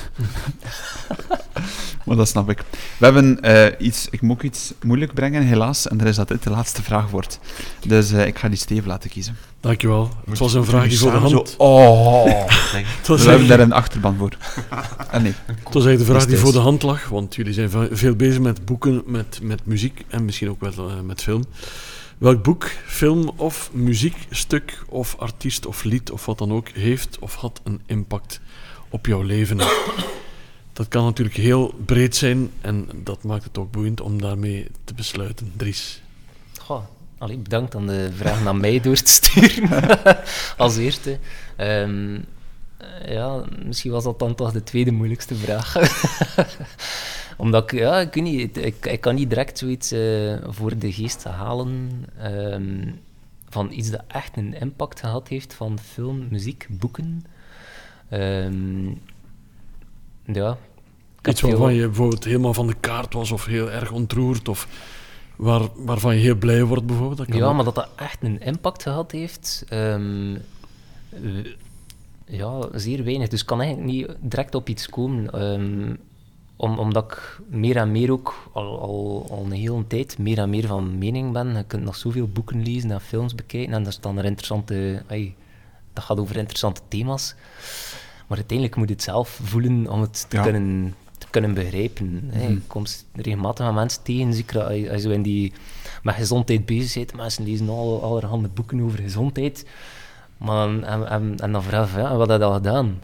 Maar dat snap ik. We hebben uh, iets... Ik moet ook iets moeilijk brengen, helaas. En dat is dat dit de laatste vraag wordt. Dus uh, ik ga die Steve laten kiezen. Dankjewel. Het was een vraag die voor de hand... Zo, oh! Het was We hebben daar een achterban voor. Ah, nee. Het was eigenlijk de vraag die voor de hand lag, want jullie zijn veel bezig met boeken, met, met muziek en misschien ook wel uh, met film. Welk boek, film of muziekstuk of artiest of lied of wat dan ook heeft of had een impact op jouw leven? Dat kan natuurlijk heel breed zijn en dat maakt het ook boeiend om daarmee te besluiten. Dries. Goh, allee, bedankt om de vraag naar mij door te sturen. Als eerste. Um, ja, misschien was dat dan toch de tweede moeilijkste vraag. Omdat ik, ja, ik weet niet, ik, ik kan niet direct zoiets uh, voor de geest halen um, van iets dat echt een impact gehad heeft van film, muziek, boeken. Um, ja. Iets waarvan veel... je bijvoorbeeld helemaal van de kaart was of heel erg ontroerd of waar, waarvan je heel blij wordt bijvoorbeeld. Dat kan ja, ook. Maar dat dat echt een impact gehad heeft, um, uh, ja, zeer weinig. Dus ik kan eigenlijk niet direct op iets komen. Um, Om, omdat ik meer en meer ook, al, al, al een hele tijd, meer en meer van mening ben. Je kunt nog zoveel boeken lezen en films bekijken en dat is dan een interessante... Ay, dat gaat over interessante thema's. Maar uiteindelijk moet je het zelf voelen om het te, ja. kunnen, te kunnen begrijpen. Mm-hmm. Hey, ik kom regelmatig aan mensen tegen, zeker als je zo in die met gezondheid bezig bent. Mensen lezen al allerhande boeken over gezondheid. Maar, en, en, en dan vraag je, ja, wat heb je al gedaan?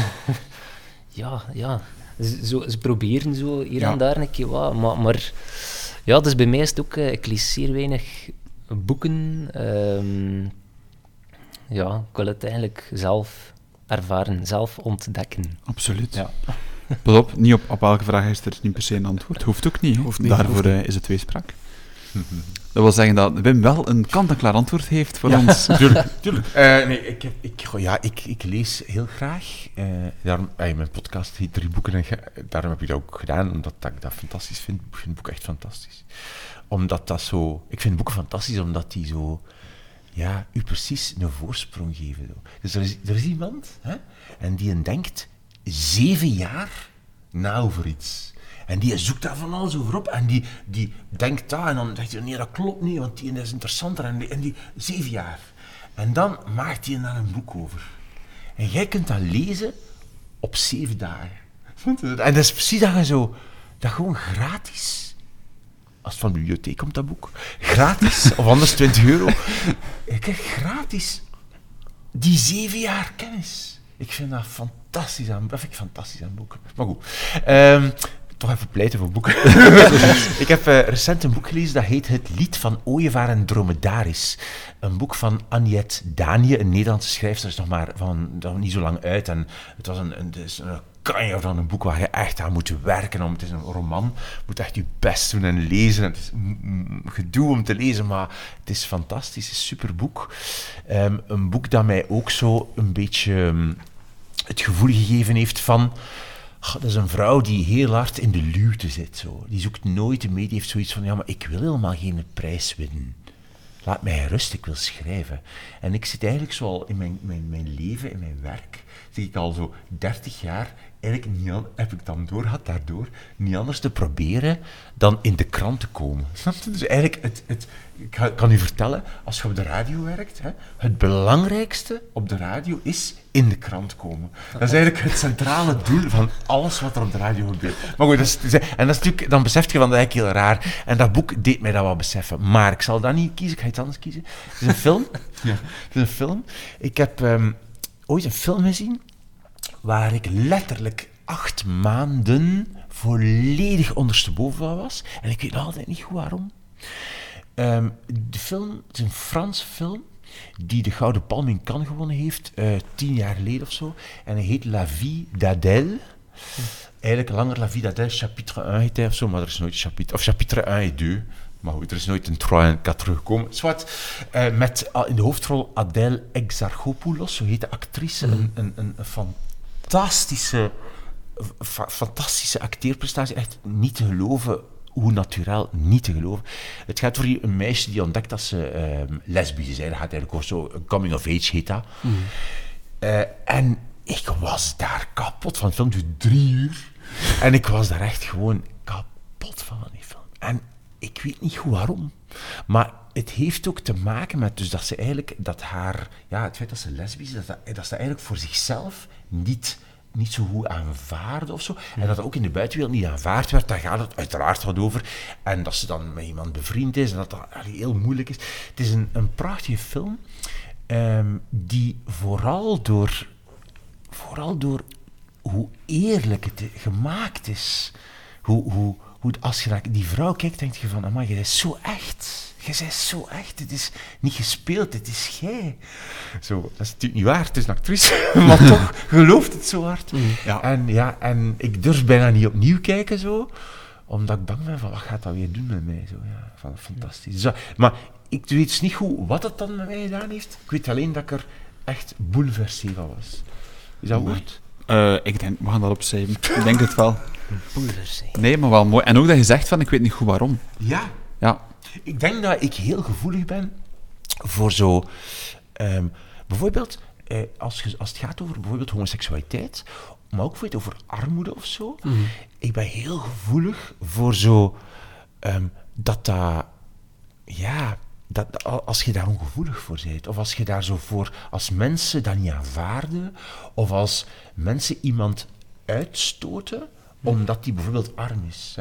ja, ja. Ze, zo, ze proberen zo hier Ja. en daar een keer wat, maar, maar ja, dus bij mij is het ook, uh, ik lees zeer weinig boeken. Um, ja, ik wil het eigenlijk zelf ervaren, zelf ontdekken. Absoluut. Ja. Pas op, niet op, op elke vraag is er niet per se een antwoord. Hoeft ook niet. Hè. Hoeft niet, Daarvoor hoeft uh, is het tweespraak. Dat wil zeggen dat Wim wel een kant-en-klaar antwoord heeft voor Ja, ons. tuurlijk, tuurlijk. Uh, nee, ik, heb, ik, goh, ja, ik, ik lees heel graag. Uh, daarom, uh, mijn podcast heet Drie Boeken en ga, daarom heb ik dat ook gedaan, omdat ik dat fantastisch vind. Ik vind boeken echt fantastisch. Omdat dat zo... Ik vind boeken fantastisch, omdat die zo... Ja, u precies een voorsprong geven. Zo. Dus er is, er is iemand, hè, en die denkt zeven jaar na over iets. En die zoekt daar van alles over op en die, die denkt dat en dan zegt hij, nee, dat klopt niet, want die is interessanter en die, en die zeven jaar. En dan maakt hij daar een boek over. En jij kunt dat lezen op zeven dagen. En dat is precies dat je zo, dat gewoon gratis, als het van de bibliotheek komt, dat boek, gratis, of anders twintig euro, je krijgt gratis die zeven jaar kennis. Ik vind dat fantastisch aan, dat vind ik fantastisch aan boeken. Maar goed, um, toch even pleiten voor boeken. Ik heb uh, recent een boek gelezen, dat heet Het Lied van Ooievaar en Dromedaris. Een boek van Aniette Danië, een Nederlandse schrijfster, is nog maar van, nog niet zo lang uit. En het was een, een, het is een kanje van een boek waar je echt aan moet werken. Om, het is een roman, je moet echt je best doen en lezen. Het is mm, gedoe om te lezen, maar het is fantastisch, een super boek. Um, een boek dat mij ook zo een beetje um, het gevoel gegeven heeft van... Dat is een vrouw die heel hard in de luwte zit. Zo. Die zoekt nooit de mee, die heeft zoiets van, ja, maar ik wil helemaal geen prijs winnen. Laat mij rust, ik wil schrijven. En ik zit eigenlijk zo al in mijn, mijn, mijn leven, in mijn werk, zit ik al zo dertig jaar, eigenlijk niet an- heb ik dan doorgehad daardoor, niet anders te proberen dan in de krant te komen. Snap je? Dus eigenlijk, het, het, ik ga, kan u vertellen, als je op de radio werkt, hè, het belangrijkste op de radio is in de krant komen. Dat is eigenlijk het centrale doel van alles wat er op de radio gebeurt. Maar goed, dat is, en dat is natuurlijk, dan besef je van, dat is eigenlijk heel raar. En dat boek deed mij dat wel beseffen. Maar ik zal dat niet kiezen, ik ga iets anders kiezen. Het is een film. Ja. Het is een film. Ik heb um, ooit een film gezien waar ik letterlijk acht maanden volledig ondersteboven was. En ik weet nog altijd niet goed waarom. Um, de film, het is een Franse film die de Gouden Palm in Cannes gewonnen heeft, uh, tien jaar geleden of zo. En hij heet La Vie d'Adèle. Hm. Eigenlijk langer La Vie d'Adèle, chapitre één heet hij of zo, maar er is nooit chapitre... Of chapitre één en twee. Maar goed, er is nooit een drie en vier teruggekomen. Zwart, uh, met uh, in de hoofdrol Adèle Exarchopoulos, zo heet de actrice. Hm. Een, een, een, een fantastische, fa- fantastische acteerprestatie. Echt niet te geloven... Hoe naturel, niet te geloven. Het gaat voor een meisje die ontdekt dat ze uh, lesbisch is. Dat gaat eigenlijk ook zo, een coming of age heet dat. Mm. Uh, en ik was daar kapot van. Het film duurt drie uur. En ik was daar echt gewoon kapot van, van die film. En ik weet niet goed waarom. Maar het heeft ook te maken met dus dat ze eigenlijk, dat haar, ja, het feit dat ze lesbisch is, dat, dat, dat ze eigenlijk voor zichzelf niet... niet zo goed aanvaarde of zo. Mm. En dat dat ook in de buitenwereld niet aanvaard werd, daar gaat het uiteraard wat over. En dat ze dan met iemand bevriend is en dat dat heel moeilijk is. Het is een, een prachtige film um, die vooral door, vooral door hoe eerlijk het gemaakt is, hoe, hoe, hoe als je naar die vrouw kijkt, denk je van, amai, je bent zo echt. Je bent zo echt. Het is niet gespeeld, het is jij. Zo, dat is natuurlijk niet waar, het is een actrice, maar toch gelooft het zo hard. Mm. Ja. En, ja, en ik durf bijna niet opnieuw kijken, zo, omdat ik bang ben van, wat gaat dat weer doen met mij? Zo, ja, van, fantastisch. Zo, maar ik weet dus niet goed wat het dan met mij gedaan heeft. Ik weet alleen dat ik er echt bouleversé van was. Is dat goed? Uh, ik denk, we gaan dat opschrijven. Ik denk het wel. Bouleversé. Nee, maar wel mooi. En ook dat je zegt van, ik weet niet goed waarom. Ja. Ja. Ik denk dat ik heel gevoelig ben voor zo... Um, bijvoorbeeld, eh, als, je, als het gaat over bijvoorbeeld homoseksualiteit, maar ook bijvoorbeeld over armoede of zo. Mm-hmm. Ik ben heel gevoelig voor zo... Um, dat dat... Ja... Dat, als je daar ongevoelig voor bent, of als je daar zo voor... Als mensen dat niet aanvaarden, of als mensen iemand uitstoten, omdat die bijvoorbeeld arm is, hè.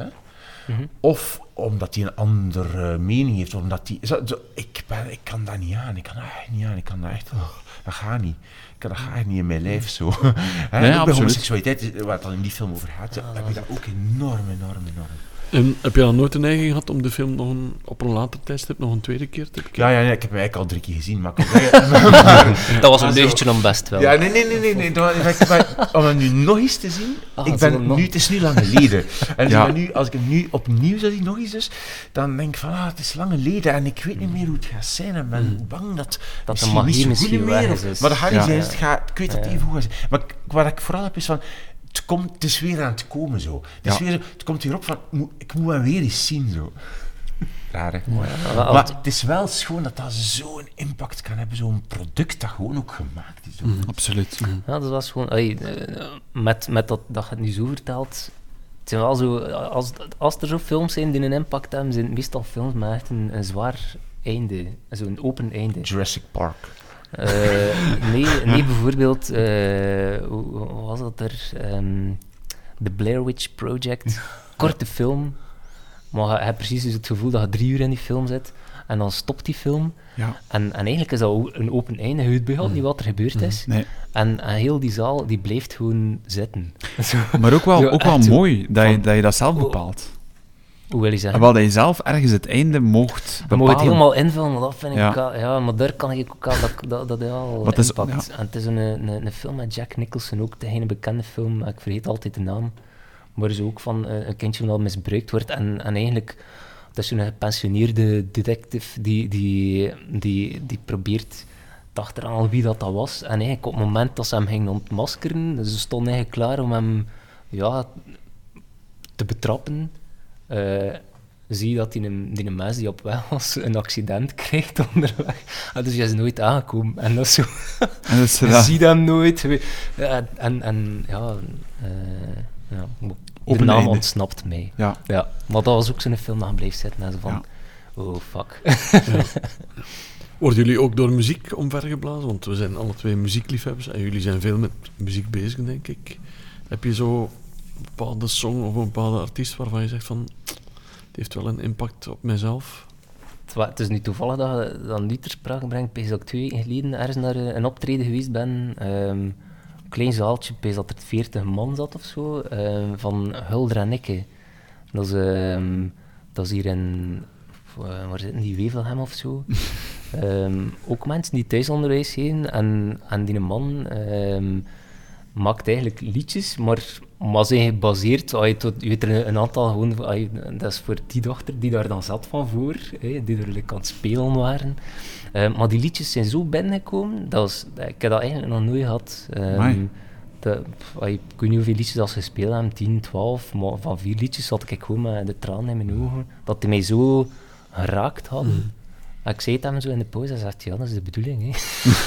Mm-hmm. Of omdat hij een andere mening heeft. Omdat die, zo, zo, ik, ben, ik kan dat niet aan. Ik kan dat echt niet aan. Ik kan dat echt... Oh, dat gaat niet. Ik kan dat gaat echt niet in mijn lijf zo. Hè, nee, ook bij homoseksualiteit, waar het dan in die film over gaat, ja, heb je dat ook enorm, enorm, enorm. En heb je dan nooit de neiging gehad om de film nog een, op een later tijdstip nog een tweede keer te bekijken? Ja, ja, ja, ik heb hem eigenlijk al drie keer gezien, maar ik kan zeggen... maar, dat was een leugentje om best wel. Ja, nee, nee, nee, nee. nee, nee maar, om hem nu nog eens te zien... Ah, ik ben nu, het is nu lang geleden. En ja. nu, als ik hem nu opnieuw zou zien, nog eens dus, dan denk ik van, ah, het is lang geleden en ik weet niet meer hoe het gaat zijn. En ben mm. bang dat... Dat de magie misschien weg is. Of, maar dat gaat niet ja. zijn, het gaat, ik weet dat het even goed gaat zijn. Maar wat ik vooral heb is van... Het, komt, het is weer aan het komen zo. Het, is ja. weer, het komt hierop van, ik moet hem weer eens zien zo. Raar, hè? Ja, maar het is wel schoon dat dat zo'n impact kan hebben, zo'n product dat gewoon ook gemaakt is. Mm, absoluut. Mm. Ja, dat was gewoon... Ay, met, met dat, dat je het nu zo vertelt... Het zijn wel zo... Als, als er zo films zijn die een impact hebben, zijn het meestal films met echt een, een zwaar einde. Zo'n open einde. Jurassic Park. Uh, nee, nee, bijvoorbeeld, uh, hoe, hoe was dat er? Um, The Blair Witch Project. Korte film, maar je hebt precies dus het gevoel dat je drie uur in die film zit en dan stopt die film. Ja. En, en eigenlijk is dat een open einde. Je weet mm. niet wat er gebeurd is. Nee. En, en heel die zaal die blijft gewoon zitten. Maar ook wel, ook wel mooi dat je, dat je dat zelf bepaalt. Hoe wil je zeggen? Wel dat je zelf ergens het einde mocht bepalen. Je mag het helemaal invullen, maar dat vind ik... Ja, al, ja maar daar kan ik ook al... Dat, dat, dat al Wat is, impact. Ja. En het is een, een, een film met Jack Nicholson, ook een bekende film, ik vergeet altijd de naam, waar ze ook van uh, een kindje dat misbruikt wordt. En, en eigenlijk, het is zo'n gepensioneerde detective die, die, die, die probeert te achterhalen wie dat, dat was. En eigenlijk op het moment dat ze hem gingen ontmaskeren, dus ze stonden eigenlijk klaar om hem ja, te betrappen. Uh, zie je dat die, een, die een mens die op weg was een accident krijgt onderweg. En dus hij is nooit aangekomen. En dat is zo... En dat is je ziet hem nooit. En, en, en ja... Uh, ja de naam einde. Ontsnapt mij. Ja. Ja. Maar dat was ook zo'n film dat bleef zitten. En zo van... Ja. Oh, fuck. Ja. Worden jullie ook door muziek omvergeblazen? Want we zijn alle twee muziekliefhebbers. En jullie zijn veel met muziek bezig, denk ik. Heb je zo... een bepaalde song of een bepaalde artiest waarvan je zegt van het heeft wel een impact op mijzelf? Het is nu toevallig dat je dat niet ter sprake brengt. Ik dat ik twee weken geleden ergens naar een optreden geweest ben. Um, een klein zaaltje, ik dat er veertig man zat of zo, um, van Hulder en Ikke. Dat is, um, dat is hier in... Uh, waar zitten die? Wevelgem of zo. um, ook mensen die thuisonderwijs geven. En, en die man... Um, maakt eigenlijk liedjes, maar, maar zijn gebaseerd, je, tot, je weet er een, een aantal gewoon, je, dat is voor die dochter die daar dan zat van voor, he, die er like, aan het spelen waren. Uh, maar die liedjes zijn zo binnengekomen, dat was, ik heb dat eigenlijk nog nooit gehad. Um, de, je, ik weet niet hoeveel liedjes als gespeeld hebben, tien, twaalf, maar van vier liedjes zat ik gewoon met de tranen in mijn ogen, dat die mij zo geraakt hadden. Mm. Ik zei het hem zo in de pauze en zei ja, dat is de bedoeling. Hè.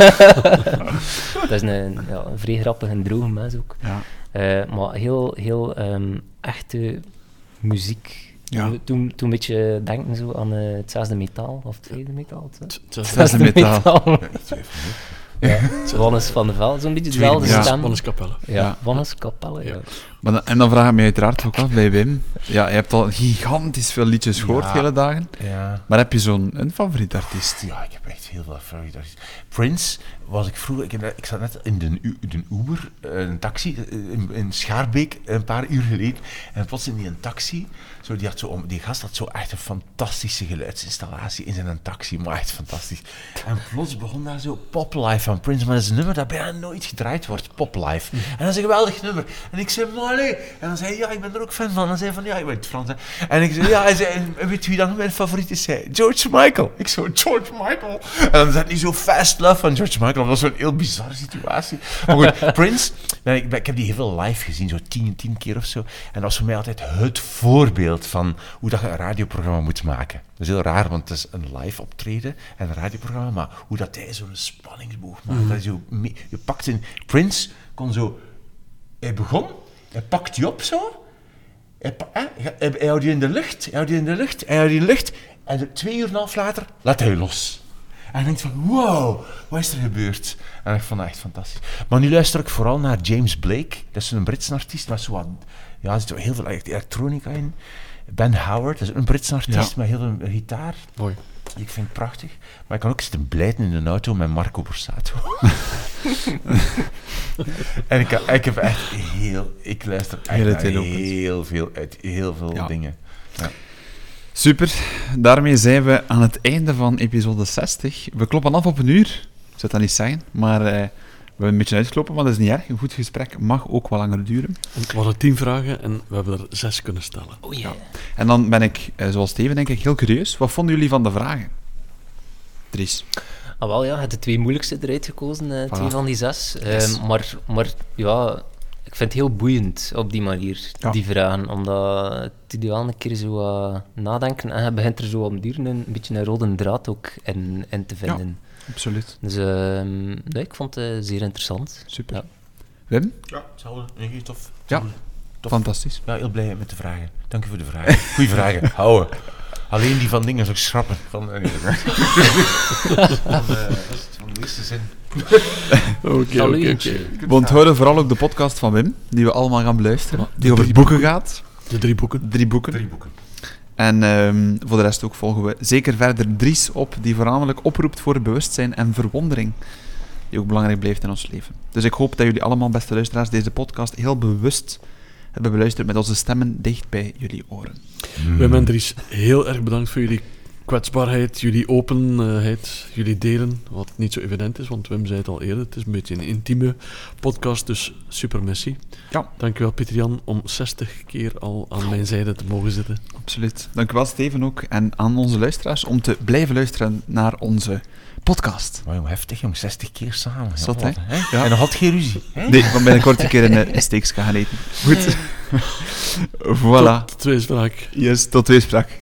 Dat is een, ja, een vrij grappige en droge mens ook. Ja. Uh, maar heel, heel um, echte muziek. Ja. Toen, toen een beetje denken zo aan uh, het zesde metaal, of het tweede metaal. Het zesde, zesde metaal. metaal. Ja, Wannes van de Vel, zo'n beetje dezelfde ja. stem. Wannes Capelle. Ja, ja. Wannes Capelle, ja. ja. Maar dan, en dan vraag ik me uiteraard ook af bij Wim. Ja, je hebt al gigantisch veel liedjes gehoord de ja. hele dagen. Ja. Maar heb je zo'n een favoriet artiest? Ja, ik heb echt heel veel favoriet artiesten. Prince was ik vroeger... Ik, ik zat net in de, de Uber, een taxi, in, in Schaarbeek, een paar uur geleden. En plots in die een taxi... Zo, die, had zo, die gast had zo echt een fantastische geluidsinstallatie in zijn taxi, maar echt fantastisch. En plots begon daar zo Pop Life van Prince, maar dat is een nummer dat bijna nooit gedraaid wordt, Pop Life. En dat is een geweldig nummer. En ik zei, maar nee. En dan zei hij, ja, ik ben er ook fan van. En dan zei hij van, ja, ik ben het Frans. En ik zei, ja, hij zei, weet je wie dan mijn favoriet is? Zei, George Michael. Ik zo, George Michael. En dan zei hij zo Fast Love van George Michael. Dat was zo'n heel bizarre situatie. Maar goed, Prince, ik, ik heb die heel veel live gezien, zo tien, tien keer of zo. En dat was voor mij altijd het voorbeeld van hoe dat je een radioprogramma moet maken. Dat is heel raar, want het is een live optreden en een radioprogramma, maar hoe dat hij zo'n spanningsboog maakt. Mm. Dat je, mee, je pakt in... Prince kon zo... Hij begon, hij pakt je op zo, hij, eh, hij, hij houdt je in de lucht, hij houdt je in de lucht, hij houdt je in de lucht, en twee uur en een half later laat hij los. En je denkt van, wow, wat is er gebeurd? En ik vond dat echt fantastisch. Maar nu luister ik vooral naar James Blake, dat is een Britse artiest, maar zo wat... Ja, er zit heel veel elektronica in. Ben Howard, dat is een Britse artiest Ja. met heel veel gitaar. Mooi. Ik vind het prachtig. Maar ik kan ook zitten blijten in de auto met Marco Borsato. En ik, ik heb echt heel... Ik luister echt Hele naar tijd ook. heel veel, uit heel veel Ja. dingen. Ja. Super, daarmee zijn we aan het einde van episode zestig. We kloppen af op een uur, ik zou dat niet zeggen, maar uh, we hebben een beetje uitgelopen, maar dat is niet erg. Een goed gesprek mag ook wel langer duren. Want we hadden tien vragen en we hebben er zes kunnen stellen. Oh ja. En dan ben ik, uh, zoals Steven, denk ik, heel curieus. Wat vonden jullie van de vragen? Dries. Ah, wel ja, je hebt de twee moeilijkste eruit gekozen, eh, twee Voilà. van die zes. Yes. Ehm, maar, maar ja, ik vind het heel boeiend op die manier, Ja. die vragen. Omdat het ideaal een keer zo uh, nadenken en je begint er zo om duur een, een beetje een rode draad ook in, in te vinden. Absoluut. Dus ehm, nee, ik vond het zeer interessant. Super. Ja. Wim? Ja, hetzelfde. Nee, tof. Ja. Hetzelfde. Tof. Fantastisch. Ja, heel blij met de vragen. Dank u voor de vragen. Goeie vragen. Houden. Alleen die van dingen zou ik schrappen. Van, uh, nee, van, uh, van de eerste zin. Oké, Al oké, eentje. oké. We onthouden vooral ook de podcast van Wim, die we allemaal gaan beluisteren. Ja, Die over drie boeken gaat. De drie boeken. Drie boeken. Drie boeken. En ehm, voor de rest ook volgen we zeker verder Dries op, die voornamelijk oproept voor bewustzijn en verwondering, die ook belangrijk blijft in ons leven. Dus ik hoop dat jullie allemaal, beste luisteraars, deze podcast heel bewust hebben beluisterd met onze stemmen dicht bij jullie oren. Wim en Dries, heel erg bedankt voor jullie kwetsbaarheid, jullie openheid, jullie delen, wat niet zo evident is, want Wim zei het al eerder, het is een beetje een intieme podcast, dus super missie. Ja. Dankjewel Pieter-Jan om zestig keer al aan mijn zijde te mogen zitten. Absoluut. Dank u wel, Steven, ook. En aan onze luisteraars om te blijven luisteren naar onze podcast. Maar jong, heftig jong, zestig keer samen. Zot, Ja, wat, hè? hè? Ja. En nog had geen ruzie. Hè? Nee, van binnenkort een keer een, een steaks gaan eten. Goed. Voilà. Tot tweespraak. Yes, tot weerspraak.